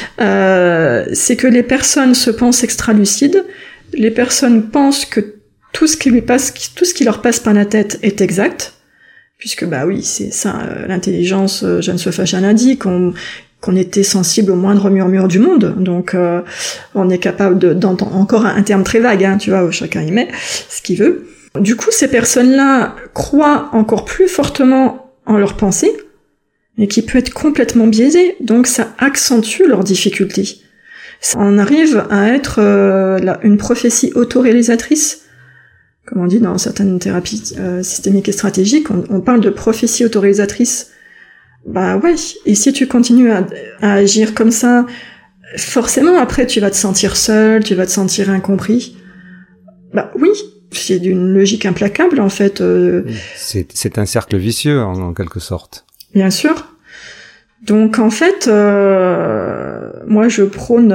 c'est que les personnes se pensent extra-lucides, les personnes pensent que tout ce qui leur passe par la tête est exact, puisque oui, c'est ça, l'intelligence, je ne se fâche un lundi, qu'on était sensible au moindre murmure du monde, donc on est capable d'entendre encore un terme très vague, tu vois, où chacun y met ce qu'il veut. Du coup, ces personnes-là croient encore plus fortement en leur pensée, mais qui peut être complètement biaisée, donc ça accentue leurs difficultés. On arrive à être une prophétie autoréalisatrice. Comme on dit dans certaines thérapies systémiques et stratégiques, on parle de prophétie autoréalisatrice. Ouais, et si tu continues à agir comme ça, forcément après tu vas te sentir seul, tu vas te sentir incompris. Oui, c'est d'une logique implacable en fait. C'est un cercle vicieux en quelque sorte. Bien sûr. Donc en fait, moi je prône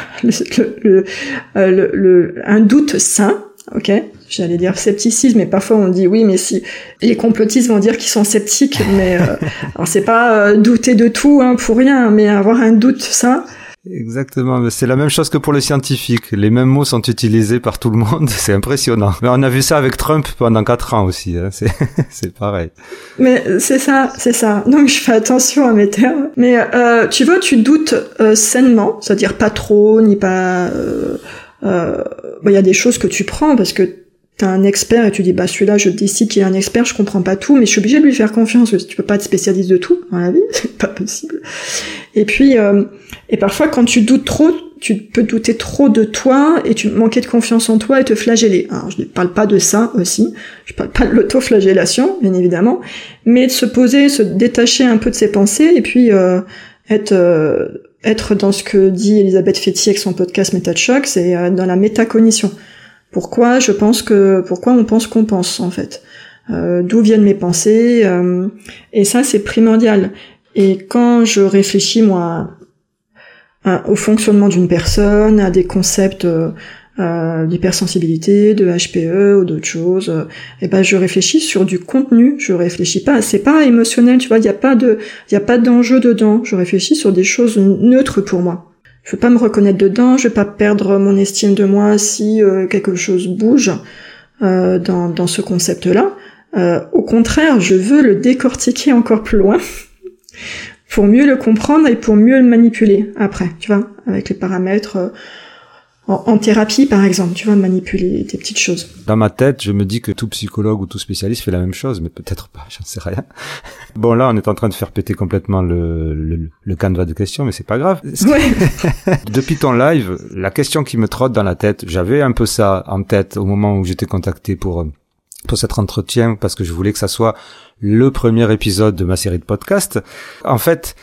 un doute sain. Ok, j'allais dire scepticisme, mais parfois on dit oui, mais si les complotistes vont dire qu'ils sont sceptiques, mais alors c'est pas douter de tout pour rien, mais avoir un doute, ça. Exactement, c'est la même chose que pour le scientifique. Les mêmes mots sont utilisés par tout le monde, c'est impressionnant. Mais on a vu ça avec Trump pendant 4 ans aussi, c'est pareil. Mais c'est ça. Donc je fais attention à mes termes. Mais tu vois, tu doutes sainement, c'est-à-dire pas trop, ni pas. Il y a des choses que tu prends parce que t'as un expert et tu dis celui-là je décide qu'il est un expert, je comprends pas tout, mais je suis obligée de lui faire confiance parce que tu peux pas être spécialiste de tout dans la vie, c'est pas possible. Et puis et parfois quand tu doutes trop, tu peux douter trop de toi et tu manquer de confiance en toi et te flageller. Alors je ne parle pas de ça aussi, je parle pas de l'autoflagellation bien évidemment, mais de se poser, se détacher un peu de ses pensées et puis être dans ce que dit Elisabeth Fetty avec son podcast Méta de choc, c'est dans la métacognition. Pourquoi on pense qu'on pense, en fait. D'où viennent mes pensées, et ça, c'est primordial. Et quand je réfléchis, moi, au fonctionnement d'une personne, à des concepts d'hypersensibilité, de HPE ou d'autres choses, et ben je réfléchis sur du contenu, je réfléchis pas, c'est pas émotionnel, tu vois, il y a pas d'enjeu dedans, je réfléchis sur des choses neutres pour moi. Je veux pas me reconnaître dedans, je veux pas perdre mon estime de moi si quelque chose bouge dans ce concept-là. Au contraire, je veux le décortiquer encore plus loin pour mieux le comprendre et pour mieux le manipuler après, tu vois, avec les paramètres en thérapie par exemple, tu vas manipuler des petites choses. Dans ma tête, je me dis que tout psychologue ou tout spécialiste fait la même chose, mais peut-être pas, j'en sais rien. Bon, là, on est en train de faire péter complètement le canevas de questions, mais c'est pas grave. Ouais. Depuis ton live, la question qui me trotte dans la tête, j'avais un peu ça en tête au moment où j'étais contacté pour cet entretien, parce que je voulais que ça soit le premier épisode de ma série de podcasts. En fait,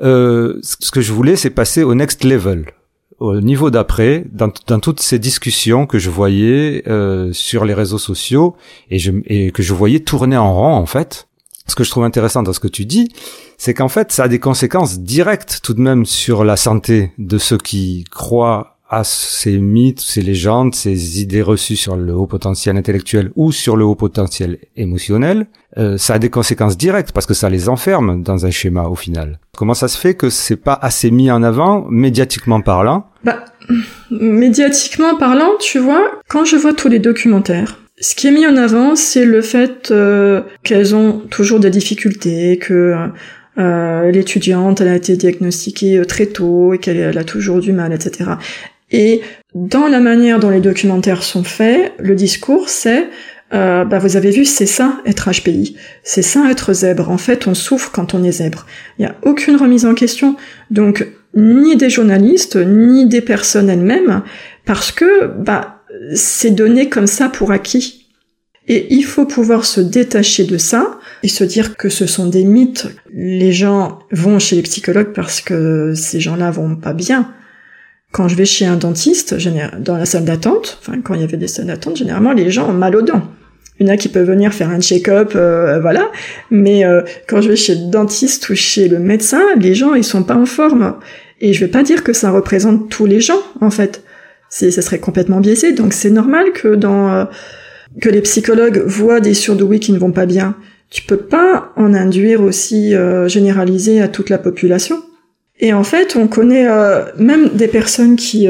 ce que je voulais, c'est passer au next level. Au niveau d'après, dans toutes ces discussions que je voyais sur les réseaux sociaux et que je voyais tourner en rond en fait, ce que je trouve intéressant dans ce que tu dis, c'est qu'en fait ça a des conséquences directes tout de même sur la santé de ceux qui croient à ces mythes, ces légendes, ces idées reçues sur le haut potentiel intellectuel ou sur le haut potentiel émotionnel. Ça a des conséquences directes parce que ça les enferme dans un schéma au final. Comment ça se fait que c'est pas assez mis en avant, médiatiquement parlant? Médiatiquement parlant, tu vois, quand je vois tous les documentaires, ce qui est mis en avant, c'est le fait qu'elles ont toujours des difficultés, que l'étudiante, elle a été diagnostiquée très tôt et qu'elle a toujours du mal, etc. Et dans la manière dont les documentaires sont faits, le discours, c'est vous avez vu, c'est ça être HPI, c'est ça être zèbre. En fait, on souffre quand on est zèbre. Il n'y a aucune remise en question, donc ni des journalistes, ni des personnes elles-mêmes, parce que c'est donné comme ça pour acquis. Et il faut pouvoir se détacher de ça et se dire que ce sont des mythes. Les gens vont chez les psychologues parce que ces gens-là vont pas bien. Quand je vais chez un dentiste, dans la salle d'attente, quand il y avait des salles d'attente, généralement les gens ont mal aux dents. Il y en a qui peuvent venir faire un check-up, voilà. Mais quand je vais chez le dentiste ou chez le médecin, les gens ils sont pas en forme. Et je vais pas dire que ça représente tous les gens, en fait. Ça serait complètement biaisé. Donc c'est normal que que les psychologues voient des surdoués qui ne vont pas bien. Tu peux pas en induire aussi généralisé à toute la population. Et en fait, on connaît même des personnes qui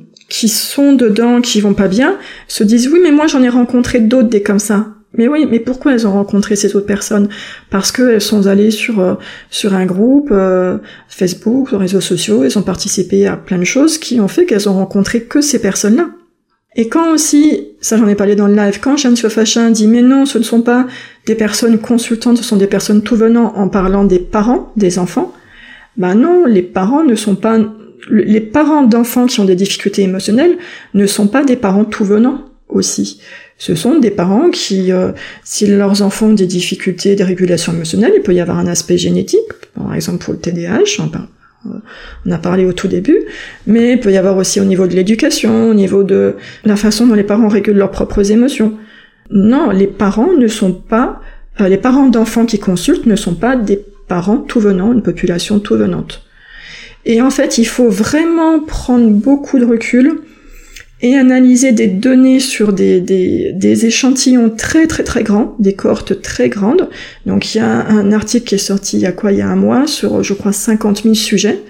sont dedans, qui vont pas bien, se disent oui, mais moi j'en ai rencontré d'autres des comme ça. Mais oui, mais pourquoi elles ont rencontré ces autres personnes? Parce que elles sont allées sur un groupe Facebook, sur les réseaux sociaux, elles ont participé à plein de choses qui ont fait qu'elles ont rencontré que ces personnes-là. Et quand aussi, ça j'en ai parlé dans le live, quand Jeanne Sofachin dit mais non, ce ne sont pas des personnes consultantes, ce sont des personnes tout venant en parlant des parents, des enfants, non, les parents ne sont pas, les parents d'enfants qui ont des difficultés émotionnelles ne sont pas des parents tout venant aussi. Ce sont des parents qui, si leurs enfants ont des difficultés de régulation émotionnelle, il peut y avoir un aspect génétique, par exemple pour le TDAH, on a parlé au tout début, mais il peut y avoir aussi au niveau de l'éducation, au niveau de la façon dont les parents régulent leurs propres émotions. Non, les parents ne sont pas, les parents d'enfants qui consultent ne sont pas des parents tout venants, une population tout venante. Et en fait, il faut vraiment prendre beaucoup de recul et analyser des données sur des échantillons très très très grands, des cohortes très grandes. Donc il y a un article qui est sorti il y a un mois sur, je crois, 50 000 sujets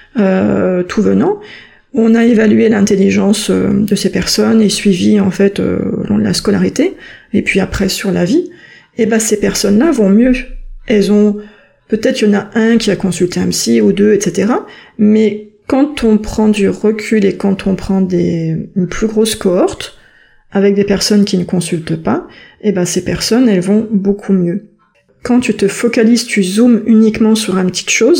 tout venant. On a évalué l'intelligence de ces personnes et suivi en fait la scolarité et puis après sur la vie. Et ces personnes-là vont mieux. Elles ont peut-être il y en a un qui a consulté un psy ou deux, etc. Mais quand on prend du recul et quand on prend une plus grosse cohorte avec des personnes qui ne consultent pas, ces personnes, elles vont beaucoup mieux. Quand tu te focalises, tu zoomes uniquement sur une petite chose,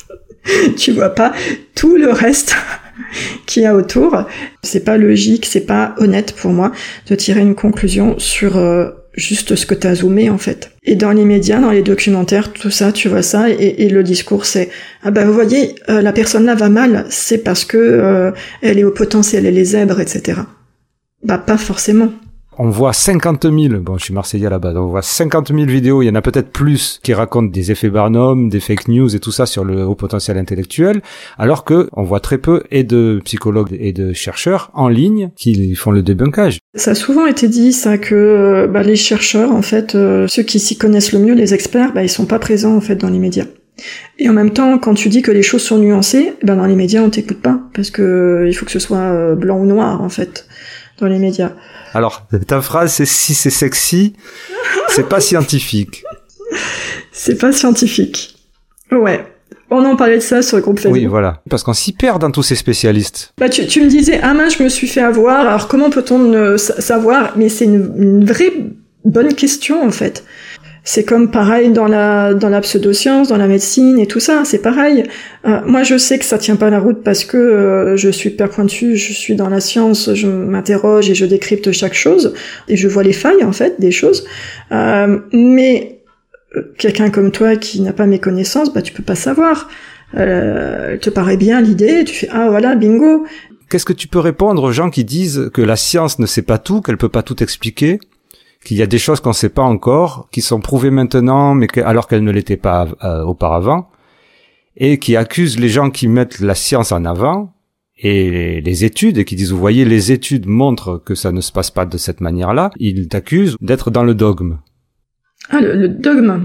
tu vois pas tout le reste qu'il y a autour. C'est pas logique, c'est pas honnête pour moi de tirer une conclusion sur juste ce que t'as zoomé en fait. Et dans les médias, dans les documentaires, tout ça, tu vois ça, et le discours c'est vous voyez, la personne là va mal, c'est parce que elle est au potentiel, elle est zèbre, etc. Pas forcément. On voit 50 000, bon je suis Marseillais à la base, on voit 50 000 vidéos, il y en a peut-être plus qui racontent des effets Barnum, des fake news et tout ça sur le haut potentiel intellectuel, alors que on voit très peu et de psychologues et de chercheurs en ligne qui font le débunkage. Ça a souvent été dit ça que les chercheurs en fait, ceux qui s'y connaissent le mieux, les experts, ils sont pas présents en fait dans les médias. Et en même temps, quand tu dis que les choses sont nuancées, dans les médias on t'écoute pas parce que il faut que ce soit blanc ou noir en fait dans les médias. Alors, ta phrase, c'est si c'est sexy, c'est pas scientifique. C'est pas scientifique. Ouais. On en parlait de ça sur le groupe Facebook. Oui, voilà. Parce qu'on s'y perd dans tous ces spécialistes. Tu me disais, mince, je me suis fait avoir, alors comment peut-on savoir? Mais c'est une vraie bonne question, en fait. C'est comme pareil dans la pseudoscience, dans la médecine et tout ça, c'est pareil. Moi, je sais que ça tient pas la route parce que je suis hyper pointue, je suis dans la science, je m'interroge et je décrypte chaque chose et je vois les failles en fait des choses. Mais quelqu'un comme toi qui n'a pas mes connaissances, tu peux pas savoir. Te paraît bien l'idée, tu fais voilà, bingo. Qu'est-ce que tu peux répondre aux gens qui disent que la science ne sait pas tout, qu'elle peut pas tout expliquer? Qu'il y a des choses qu'on ne sait pas encore, qui sont prouvées maintenant, mais alors qu'elles ne l'étaient pas auparavant, et qui accusent les gens qui mettent la science en avant, et les études, et qui disent, vous voyez, les études montrent que ça ne se passe pas de cette manière-là, ils t'accusent d'être dans le dogme. Le dogme.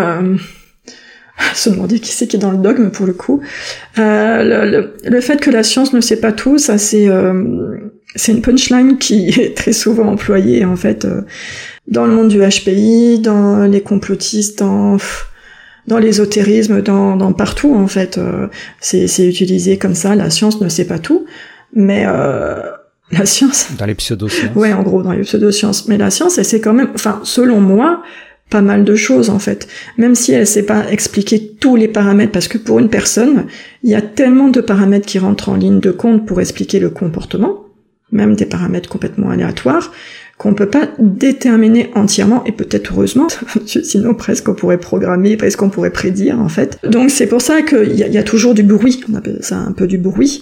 Se demander qui c'est qui est dans le dogme, pour le coup. Le fait que la science ne sait pas tout, ça c'est une punchline qui est très souvent employée en fait dans le monde du HPI, dans les complotistes, dans l'ésotérisme, dans partout en fait. C'est utilisé comme ça. La science ne sait pas tout, mais la science. Dans les pseudosciences. Ouais, en gros dans les pseudosciences. Mais la science, elle sait quand même. Enfin, selon moi, pas mal de choses en fait, même si elle sait pas expliquer tous les paramètres, parce que pour une personne, il y a tellement de paramètres qui rentrent en ligne de compte pour expliquer le comportement, même des paramètres complètement aléatoires, qu'on peut pas déterminer entièrement, et peut-être heureusement, sinon presque on pourrait programmer, presque on pourrait prédire en fait. Donc c'est pour ça qu'il y a toujours du bruit, on appelle ça un peu du bruit,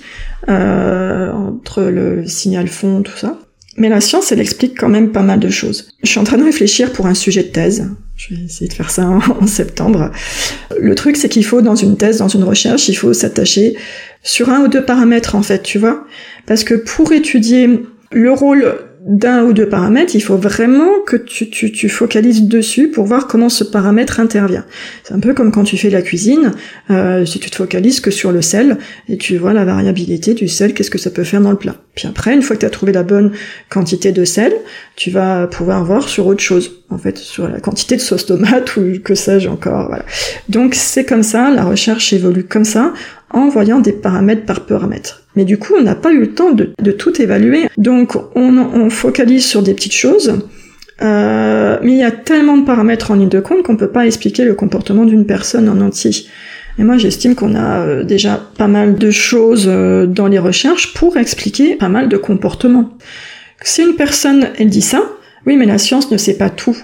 entre le signal fond, tout ça. Mais la science, elle explique quand même pas mal de choses. Je suis en train de réfléchir pour un sujet de thèse. Je vais essayer de faire ça en septembre. Le truc, c'est qu'il faut, dans une thèse, dans une recherche, il faut s'attacher sur un ou deux paramètres, en fait, tu vois. Parce que pour étudier le rôle d'un ou deux paramètres, il faut vraiment que tu focalises dessus pour voir comment ce paramètre intervient. C'est un peu comme quand tu fais la cuisine, si tu te focalises que sur le sel, et tu vois la variabilité du sel, qu'est-ce que ça peut faire dans le plat. Puis après, une fois que tu as trouvé la bonne quantité de sel, tu vas pouvoir voir sur autre chose, en fait, sur la quantité de sauce tomate, ou que sais-je encore, voilà. Donc c'est comme ça, la recherche évolue comme ça, en voyant des paramètres par paramètre. Mais du coup, on n'a pas eu le temps de tout évaluer. Donc, on focalise sur des petites choses, mais il y a tellement de paramètres en ligne de compte qu'on peut pas expliquer le comportement d'une personne en entier. Et moi, j'estime qu'on a déjà pas mal de choses dans les recherches pour expliquer pas mal de comportements. Si une personne, elle dit ça, oui, mais la science ne sait pas tout,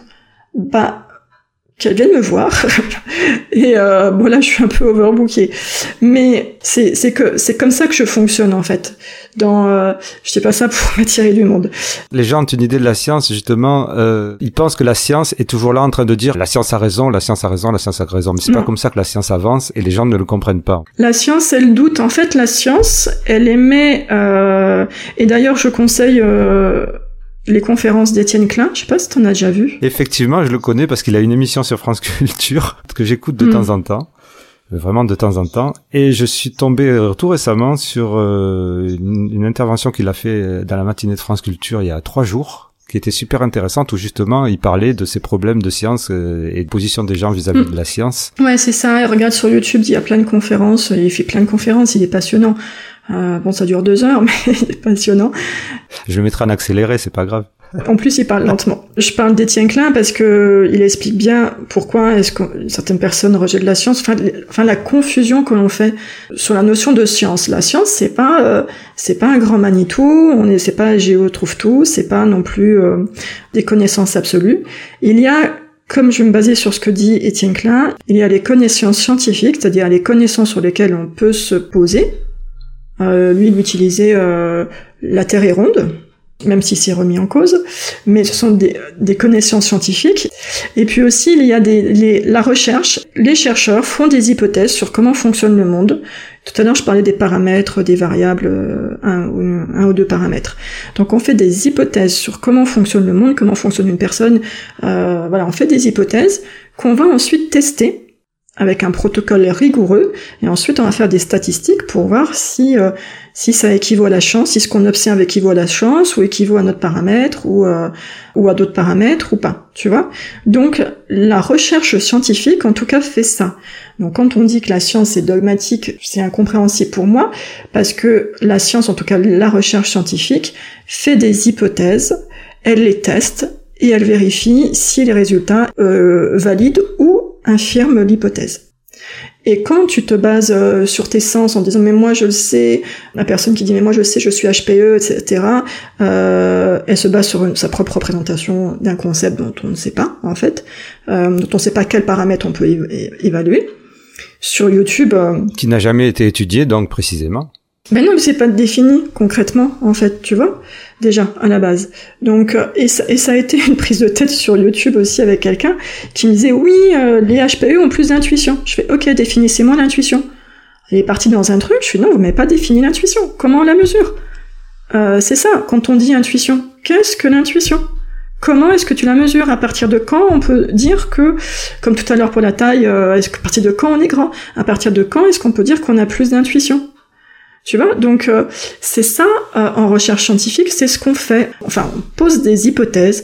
qu'elle vienne me voir. Et là, je suis un peu overbookée. Mais c'est comme ça que je fonctionne, en fait. Je dis pas ça pour m'attirer du monde. Les gens ont une idée de la science, justement. Ils pensent que la science est toujours là en train de dire la science a raison, la science a raison, la science a raison. Mais c'est pas comme ça que la science avance et les gens ne le comprennent pas. La science, elle doute. En fait, la science, elle émet... et d'ailleurs, je conseille... les conférences d'Étienne Klein, je sais pas si t'en as déjà vu. Effectivement, je le connais parce qu'il a une émission sur France Culture que j'écoute de temps en temps, vraiment de temps en temps. Et je suis tombé tout récemment sur une intervention qu'il a fait dans la matinée de France Culture il y a 3 jours, qui était super intéressante, où justement il parlait de ces problèmes de science et de position des gens vis-à-vis de la science. Ouais, c'est ça. Regarde sur YouTube, il y a plein de conférences. Il fait plein de conférences. Il est passionnant. Ça dure 2 heures, mais il est passionnant. Je le mettrai en accéléré, c'est pas grave. En plus, il parle lentement. Je parle d'Étienne Klein parce que il explique bien pourquoi est-ce que certaines personnes rejettent la science. Enfin, la confusion que l'on fait sur la notion de science. La science, c'est pas un grand Manitou. C'est pas Géo trouve tout. C'est pas non plus des connaissances absolues. Il y a, comme je vais me baser sur ce que dit Étienne Klein, il y a les connaissances scientifiques, c'est-à-dire les connaissances sur lesquelles on peut se poser. Lui, il utilisait la Terre est ronde. même si c'est remis en cause, mais ce sont des connaissances scientifiques. Et puis aussi, il y a la recherche. Les chercheurs font des hypothèses sur comment fonctionne le monde. Tout à l'heure, je parlais des paramètres, des variables, un ou deux paramètres. Donc, on fait des hypothèses sur comment fonctionne le monde, comment fonctionne une personne. Voilà, on fait des hypothèses qu'on va ensuite tester avec un protocole rigoureux, et ensuite on va faire des statistiques pour voir si ça équivaut à la chance, si ce qu'on observe équivaut à la chance, ou équivaut à notre paramètre, ou à d'autres paramètres, ou pas, tu vois. Donc, la recherche scientifique, en tout cas, fait ça. Donc, quand on dit que la science est dogmatique, c'est incompréhensible pour moi, parce que la science, en tout cas la recherche scientifique, fait des hypothèses, elle les teste, et elle vérifie si les résultats valident ou infirme l'hypothèse. Et quand tu te bases sur tes sens en disant mais moi je le sais, la personne qui dit mais moi je le sais, je suis HPE, etc., elle se base sur sa propre représentation d'un concept dont on ne sait pas en fait, dont on ne sait pas quels paramètres on peut évaluer. Sur YouTube... qui n'a jamais été étudié donc précisément. Ben non, mais c'est pas défini concrètement, en fait, tu vois, déjà, à la base. Donc, et ça a été une prise de tête sur YouTube aussi avec quelqu'un qui me disait, oui, les HPE ont plus d'intuition. Je fais, ok, définissez-moi l'intuition. Elle est partie dans un truc, je fais, non, vous m'avez pas défini l'intuition. Comment on la mesure? C'est ça, quand on dit intuition, qu'est-ce que l'intuition? Comment est-ce que tu la mesures? À partir de quand on peut dire que, comme tout à l'heure pour la taille, à partir de quand on est grand? À partir de quand est-ce qu'on peut dire qu'on a plus d'intuition? Tu vois, donc c'est ça, en recherche scientifique, c'est ce qu'on fait. Enfin, on pose des hypothèses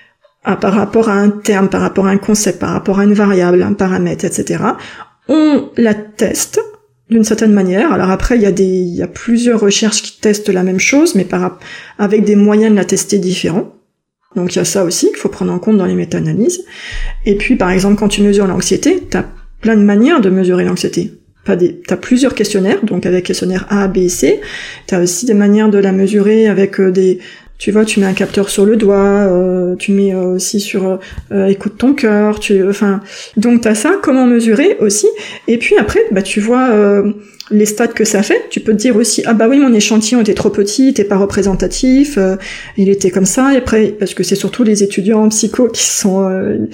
par rapport à un terme, par rapport à un concept, par rapport à une variable, un paramètre, etc. On la teste d'une certaine manière. Alors après, il y a plusieurs recherches qui testent la même chose, mais avec des moyens de la tester différents. Donc il y a ça aussi qu'il faut prendre en compte dans les méta-analyses. Et puis, par exemple, quand tu mesures l'anxiété, t'as plein de manières de mesurer l'anxiété. T'as plusieurs questionnaires, donc avec questionnaire A, B et C. T'as aussi des manières de la mesurer avec tu vois, tu mets un capteur sur le doigt, tu mets aussi sur écoute ton cœur, donc t'as ça, comment mesurer aussi. Et puis après, bah tu vois les stats que ça fait. Tu peux te dire aussi, ah bah oui, mon échantillon était trop petit, il était pas représentatif, il était comme ça. Et après, parce que c'est surtout les étudiants en psycho qui sont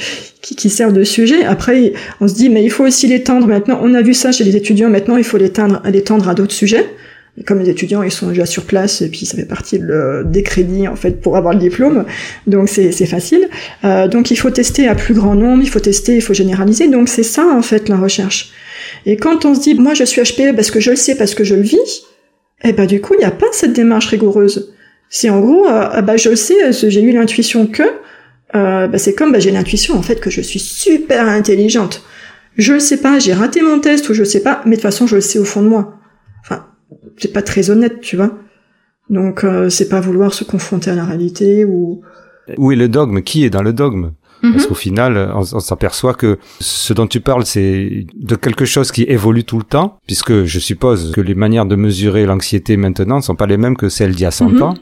qui servent de sujet. Après, on se dit, mais il faut aussi l'étendre maintenant. On a vu ça chez les étudiants, maintenant il faut l'étendre à d'autres sujets. Et comme les étudiants, ils sont déjà sur place, et puis ça fait partie des crédits, en fait, pour avoir le diplôme. Donc c'est facile. Donc il faut tester à plus grand nombre, il faut généraliser. Donc c'est ça, en fait, la recherche. Et quand on se dit, moi je suis HPE parce que je le sais, parce que je le vis, eh ben du coup, il n'y a pas cette démarche rigoureuse. C'est en gros, bah je le sais, j'ai eu l'intuition que, c'est comme, j'ai l'intuition, en fait, que je suis super intelligente. Je le sais pas, j'ai raté mon test, ou je le sais pas, mais de toute façon, je le sais au fond de moi. Enfin, c'est pas très honnête, tu vois. Donc, c'est pas vouloir se confronter à la réalité ou... Où est le dogme? Qui est dans le dogme? Parce qu'au final, on s'aperçoit que ce dont tu parles, c'est de quelque chose qui évolue tout le temps, puisque je suppose que les manières de mesurer l'anxiété maintenant ne sont pas les mêmes que celles d'il y a 100 ans.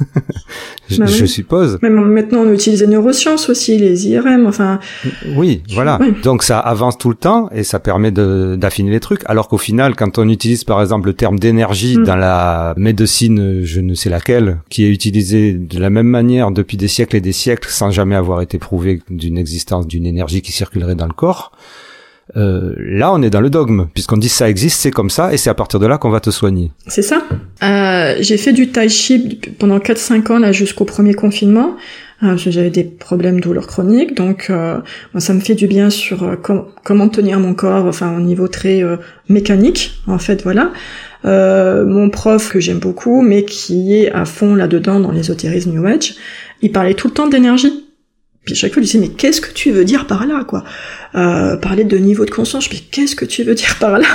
Je suppose. Même maintenant, on utilise les neurosciences aussi, les IRM, enfin... Oui, voilà. Oui. Donc ça avance tout le temps et ça permet d'affiner les trucs. Alors qu'au final, quand on utilise par exemple le terme d'énergie dans la médecine, je ne sais laquelle, qui est utilisé de la même manière depuis des siècles et des siècles sans jamais avoir été prouvé d'une existence d'une énergie qui circulerait dans le corps, là on est dans le dogme, puisqu'on dit ça existe, c'est comme ça, et c'est à partir de là qu'on va te soigner. C'est ça. J'ai fait du tai chi pendant 4-5 ans, là, jusqu'au premier confinement. J'avais des problèmes douleurs chroniques, donc ça me fait du bien sur comment tenir mon corps, enfin au niveau très mécanique, en fait, voilà. Mon prof, que j'aime beaucoup, mais qui est à fond là-dedans dans l'ésotérisme New Age, il parlait tout le temps d'énergie. Puis chaque fois, je disais, mais qu'est-ce que tu veux dire par là, quoi? Parler de niveau de conscience, mais qu'est-ce que tu veux dire par là?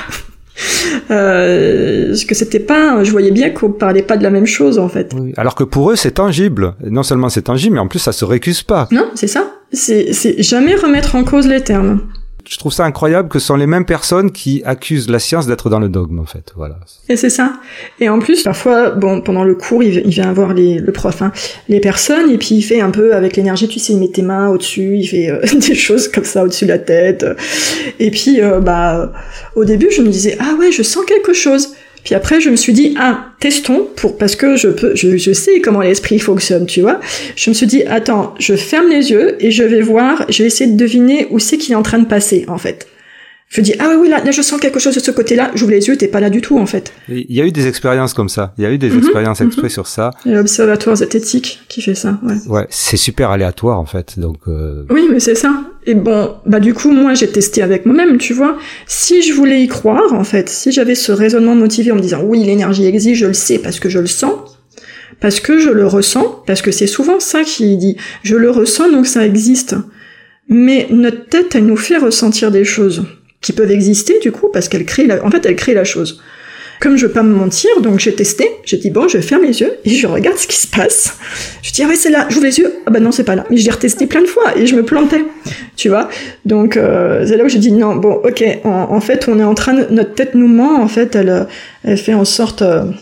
Parce que c'était pas, je voyais bien qu'on parlait pas de la même chose, en fait. Oui. Alors que pour eux, c'est tangible. Et non seulement c'est tangible, mais en plus, ça se récuse pas. Non, c'est ça. C'est jamais remettre en cause les termes. Je trouve ça incroyable que ce sont les mêmes personnes qui accusent la science d'être dans le dogme, en fait. Voilà. Et c'est ça. Et en plus, parfois, pendant le cours, il vient voir le prof, les personnes, et puis il fait un peu avec l'énergie, tu sais, il met tes mains au-dessus, il fait des choses comme ça au-dessus de la tête. Et puis, au début, je me disais, ah ouais, je sens quelque chose. Puis après, je me suis dit, testons parce que je sais comment l'esprit fonctionne, tu vois. Je me suis dit, attends, je ferme les yeux et je vais essayer de deviner où c'est qu'il est en train de passer, en fait. Je dis, oui, là, je sens quelque chose de ce côté-là. J'ouvre les yeux, t'es pas là du tout, en fait. Il y a eu des expériences comme ça. Il y a eu des expériences exprès sur ça. Il y a l'Observatoire zététique qui fait ça, ouais. Ouais, c'est super aléatoire, en fait, donc... Oui, mais c'est ça. Et bon, du coup, moi, j'ai testé avec moi-même, tu vois. Si je voulais y croire, en fait, si j'avais ce raisonnement motivé en me disant, oui, l'énergie existe, je le sais parce que je le sens, parce que je le ressens, parce que c'est souvent ça qui dit, je le ressens, donc ça existe. Mais notre tête, elle nous fait ressentir des choses qui peuvent exister, du coup, parce qu'elle crée la chose. Comme je veux pas me mentir, donc j'ai testé, j'ai dit bon, je ferme les yeux et je regarde ce qui se passe. Je dis c'est là, j'ouvre les yeux, non, c'est pas là. Mais je l'ai retesté plein de fois et je me plantais, tu vois. Donc c'est là où j'ai dit non, bon, ok, en fait, on est en train notre tête nous ment, en fait, elle fait en sorte...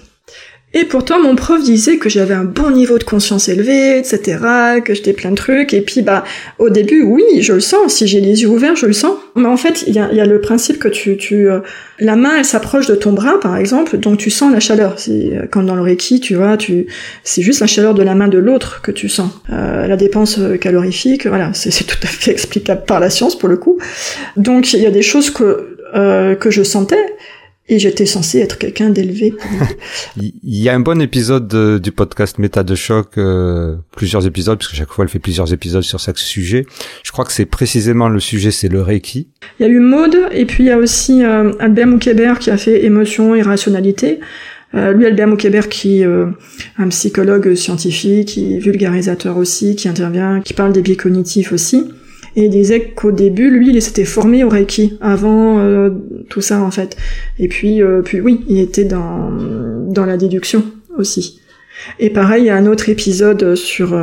Et pourtant, mon prof disait que j'avais un bon niveau de conscience élevé, etc., que j'étais plein de trucs. Et puis, au début, oui, je le sens. Si j'ai les yeux ouverts, je le sens. Mais en fait, il y a le principe que la main, elle s'approche de ton bras, par exemple, donc tu sens la chaleur. C'est comme dans le Reiki, tu vois, c'est juste la chaleur de la main de l'autre que tu sens. La dépense calorifique, voilà, c'est tout à fait explicable par la science, pour le coup. Donc, il y a des choses que je sentais. Et j'étais censée être quelqu'un d'élevé. Il y a un bon épisode du podcast Méta de Choc, plusieurs épisodes, parce que chaque fois elle fait plusieurs épisodes sur chaque sujet. Je crois que c'est précisément le sujet, c'est le Reiki. Il y a eu Maud, et puis il y a aussi Albert Moukébert qui a fait Émotion et Rationalité. Lui, Albert Moukébert, qui est un psychologue scientifique, qui est vulgarisateur aussi, qui intervient, qui parle des biais cognitifs aussi. Et il disait qu'au début, lui, il s'était formé au Reiki avant tout ça, en fait. Et puis oui, il était dans la déduction aussi. Et pareil, il y a un autre épisode sur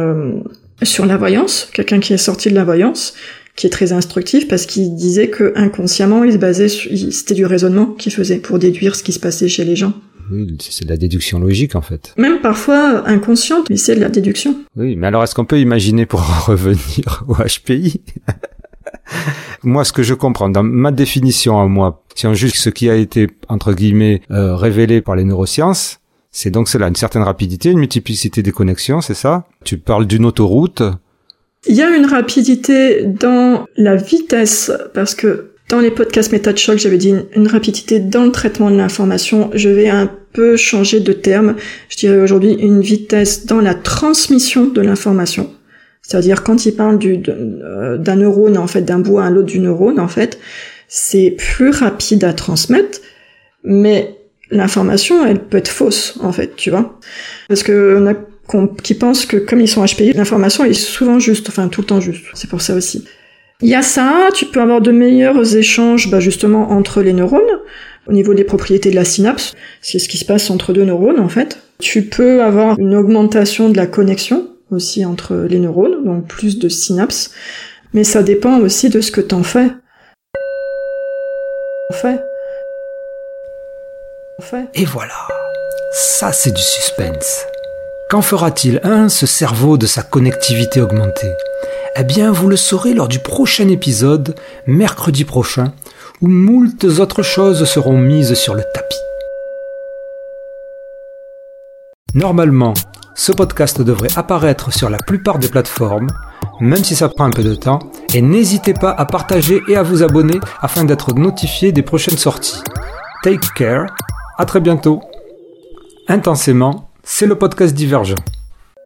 la voyance, quelqu'un qui est sorti de la voyance, qui est très instructif parce qu'il disait que inconsciemment, il se basait c'était du raisonnement qu'il faisait pour déduire ce qui se passait chez les gens. Oui, c'est de la déduction logique, en fait. Même parfois inconsciente, mais c'est de la déduction. Oui, mais alors est-ce qu'on peut imaginer, pour en revenir au HPI, moi, ce que je comprends, dans ma définition à moi, si on juge ce qui a été, entre guillemets, révélé par les neurosciences, c'est donc cela, une certaine rapidité, une multiplicité des connexions, c'est ça? Tu parles d'une autoroute. Il y a une rapidité dans la vitesse, parce que dans les podcasts Méta de Choc, j'avais dit une rapidité dans le traitement de l'information. Je vais un peu changer de terme. Je dirais aujourd'hui une vitesse dans la transmission de l'information. C'est-à-dire quand il parle d'un neurone, en fait, d'un bout à l'autre du neurone, en fait, c'est plus rapide à transmettre, mais l'information, elle peut être fausse, en fait, tu vois. Parce que on a qui pensent que comme ils sont HPI, l'information est souvent juste, enfin tout le temps juste. C'est pour ça aussi. Il y a ça, tu peux avoir de meilleurs échanges justement entre les neurones, au niveau des propriétés de la synapse, c'est ce qui se passe entre deux neurones en fait. Tu peux avoir une augmentation de la connexion aussi entre les neurones, donc plus de synapses, mais ça dépend aussi de ce que t'en fais. Et voilà, ça c'est du suspense. Qu'en fera-t-il ce cerveau de sa connectivité augmentée ? Eh bien, vous le saurez lors du prochain épisode, mercredi prochain, où moultes autres choses seront mises sur le tapis. Normalement, ce podcast devrait apparaître sur la plupart des plateformes, même si ça prend un peu de temps, et n'hésitez pas à partager et à vous abonner afin d'être notifié des prochaines sorties. Take care, à très bientôt. Intensément, c'est le podcast Divergent.